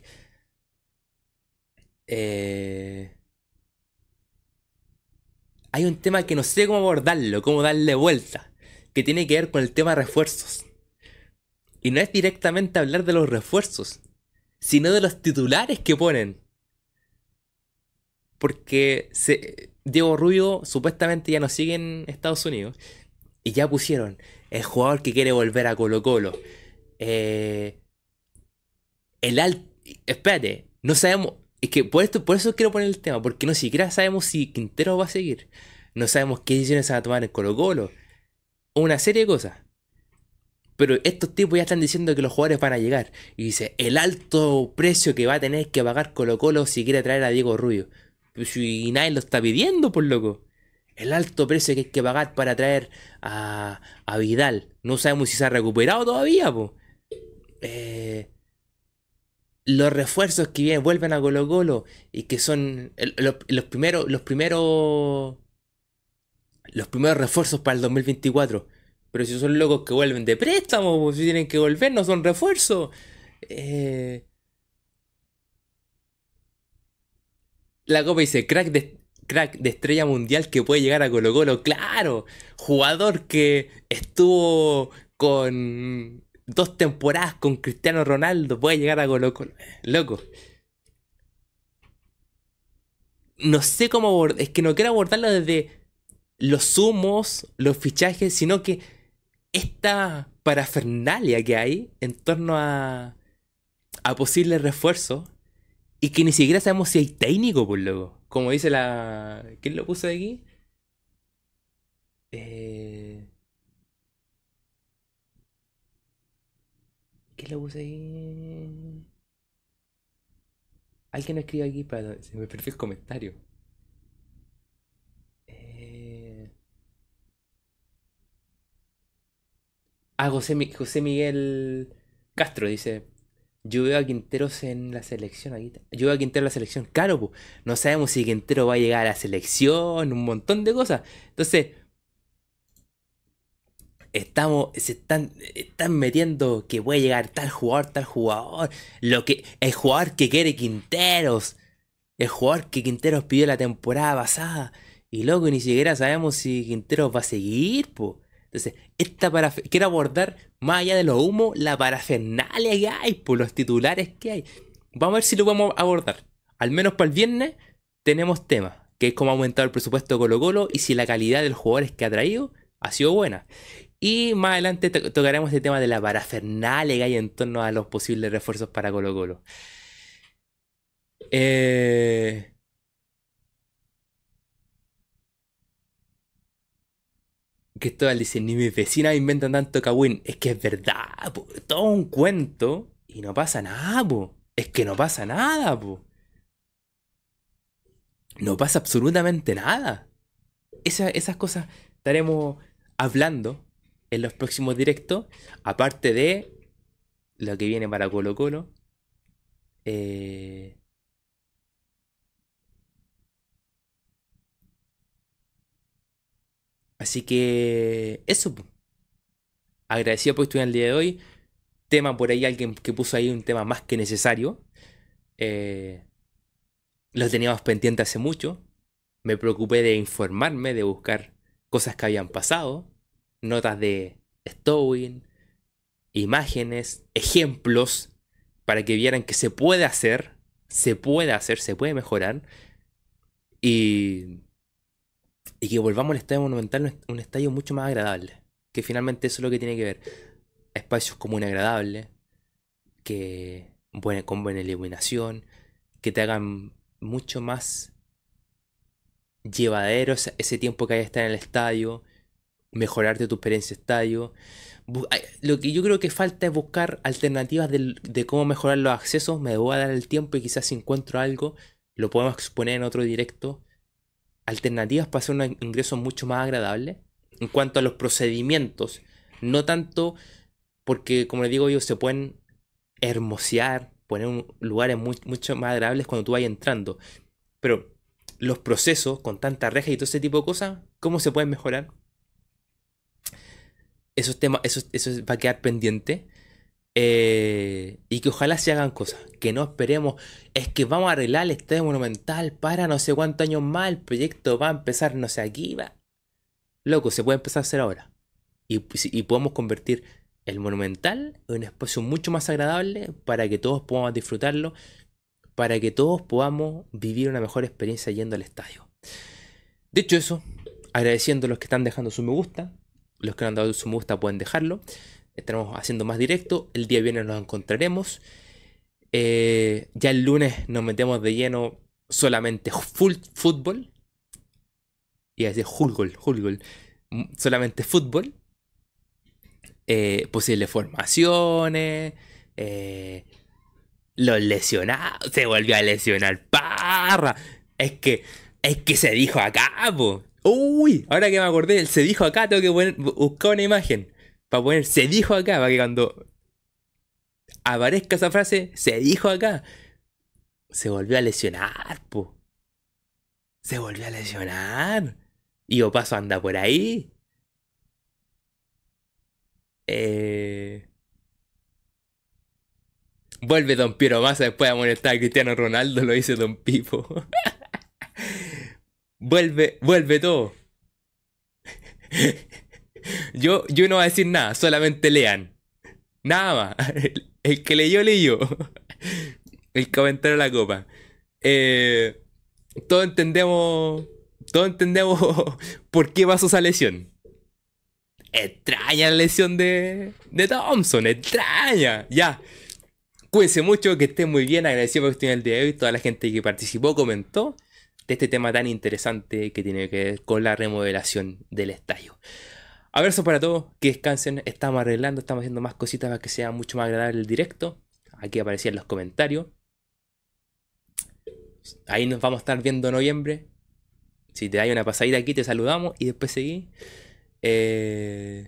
Eh, Hay un tema que no sé cómo abordarlo, cómo darle vuelta. Que tiene que ver con el tema de refuerzos. Y no es directamente hablar de los refuerzos, sino de los titulares que ponen. Porque se, Diego Rubio supuestamente ya no sigue en Estados Unidos. Y ya pusieron el jugador que quiere volver a Colo Colo. Eh, el al... Espérate, no sabemos. Es que por esto, por eso quiero poner el tema. Porque no siquiera sabemos si Quintero va a seguir. No sabemos qué decisiones se van a tomar en Colo Colo. Una serie de cosas. Pero estos tipos ya están diciendo que los jugadores van a llegar. Y dice, el alto precio que va a tener que pagar Colo Colo si quiere traer a Diego Rubio. Pues si nadie lo está pidiendo, por loco. El alto precio que hay que pagar para traer a, a Vidal. No sabemos si se ha recuperado todavía, pues. Eh, los refuerzos que vienen, vuelven a Colo Colo y que son el- los, los primeros, los primeros, los primeros refuerzos para el dos mil veinticuatro. Pero si son locos que vuelven de préstamo, pues si tienen que volver, no son refuerzos. Eh, la copa dice, crack de, crack de estrella mundial que puede llegar a Colo Colo. Claro, jugador que estuvo con dos temporadas con Cristiano Ronaldo, puede llegar a Colo Colo. Loco. No sé cómo abordar, es que no quiero abordarlo desde los humos, los fichajes, sino que esta parafernalia que hay en torno a, a posibles refuerzos y que ni siquiera sabemos si hay técnico, por loco. Como dice la... ¿Quién lo puso de aquí? Eh... ¿Quién lo puso ahí? Alguien escribe aquí para... Se me perdió el comentario. Eh... Ah, José, Mi- José Miguel Castro dice... Yo veo a Quinteros en la selección. Aquí está. Yo veo a Quintero en la selección. Claro, pues. No sabemos si Quintero va a llegar a la selección. Un montón de cosas. Entonces, estamos. Se están, están metiendo que puede llegar tal jugador, tal jugador. Lo que. El jugador que quiere Quinteros. El jugador que Quinteros pidió la temporada pasada. Y luego ni siquiera sabemos si Quinteros va a seguir, pues. Entonces, esta para quiero abordar más allá de lo humo, la parafernalia que hay, por los titulares que hay. Vamos a ver si lo podemos abordar. Al menos para el viernes tenemos temas, que es cómo ha aumentado el presupuesto de Colo Colo y si la calidad de los jugadores que ha traído ha sido buena. Y más adelante to- tocaremos el tema de la parafernalia que hay en torno a los posibles refuerzos para Colo Colo. Eh... Cristóbal dice, ni mis vecinas inventan tanto cagüín. Es que es verdad, po. Todo un cuento y no pasa nada, po. Es que no pasa nada, po. No pasa absolutamente nada. Esa- esas cosas estaremos hablando en los próximos directos. Aparte de lo que viene para Colo Colo. Eh, Así que eso, po. Agradecido por estudiar el día de hoy. Tema por ahí, alguien que puso ahí un tema más que necesario. Eh, lo teníamos pendiente hace mucho. Me preocupé de informarme, de buscar cosas que habían pasado, notas de Stowin, imágenes, ejemplos, para que vieran que se puede hacer, se puede hacer, se puede mejorar y, y que volvamos al estadio monumental un un estadio mucho más agradable. Que finalmente eso es lo que tiene que ver. Espacios comunes agradables, que buena, con buena iluminación, que te hagan mucho más llevadero ese, ese tiempo que hay que estar en el estadio, mejorarte tu experiencia de estadio. Bu- ay, Lo que yo creo que falta es buscar alternativas del- de cómo mejorar los accesos. Me voy a dar el tiempo y quizás si encuentro algo, lo podemos exponer en otro directo. Alternativas para hacer un ingreso mucho más agradable. En cuanto a los procedimientos, No tanto porque, como les digo yo, se pueden hermosear, poner un- lugares muy- mucho más agradables cuando tú vayas entrando. Pero los procesos con tanta reja y todo ese tipo de cosas, ¿cómo se pueden mejorar? Esos temas, eso, eso va a quedar pendiente. Eh, y que ojalá se hagan cosas. Que no esperemos. Es que vamos a arreglar el estadio monumental para no sé cuántos años más. El proyecto va a empezar, no sé, aquí va. Loco, se puede empezar a hacer ahora. Y, pues, y podemos convertir el monumental en un espacio mucho más agradable para que todos podamos disfrutarlo. Para que todos podamos vivir una mejor experiencia yendo al estadio. Dicho eso, agradeciendo a los que están dejando su me gusta. Los que no han dado su me gusta pueden dejarlo. Estaremos haciendo más directo. El día viernes nos encontraremos. Eh, ya el lunes nos metemos de lleno solamente full fútbol. Y a decir Hulgol, Hulgol. Mm, Solamente fútbol. Eh, posibles formaciones. eh, los lesionados. Se volvió a lesionar Parra. Es que, es que se dijo acá, po. Uy, ahora que me acordé, se dijo acá, tengo que poner, buscar una imagen. Para poner, se dijo acá, para que cuando aparezca esa frase, se dijo acá. Se volvió a lesionar, po. Se volvió a lesionar. Y Opaso anda por ahí. Eh... Vuelve Don Piero Massa después de molestar a Cristiano Ronaldo, lo dice Don Pipo. Vuelve, vuelve todo. Yo, yo no voy a decir nada, solamente lean. Nada más. El, el que leyó, leyó. El comentario de la copa. Eh, todos entendemos. Todos entendemos por qué pasó esa lesión. Extraña la lesión de, de Thompson, extraña. Ya. Cuídense mucho, que estén muy bien. Agradecido por que estén el día de hoy. Toda la gente que participó, comentó de este tema tan interesante que tiene que ver con la remodelación del estadio. Abrazo para todos, que descansen. Estamos arreglando, estamos haciendo más cositas para que sea mucho más agradable el directo. Aquí aparecían los comentarios. Ahí nos vamos a estar viendo en noviembre. Si te da una pasadita aquí, te saludamos y después seguí. Eh...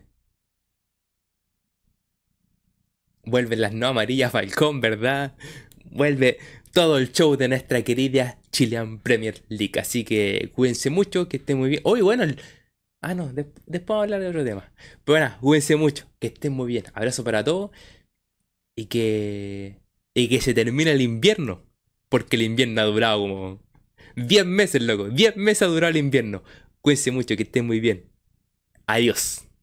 Vuelven las no amarillas Falcón, ¿verdad? Vuelve todo el show de nuestra querida Chilean Premier League. Así que cuídense mucho, que estén muy bien. Hoy, bueno, el- ah, no, des- después vamos a hablar de otro tema. Pero bueno, cuídense mucho, que estén muy bien. Abrazo para todos y que, y que se termine el invierno. Porque el invierno ha durado como diez meses, loco. diez meses ha durado el invierno. Cuídense mucho, que estén muy bien. Adiós.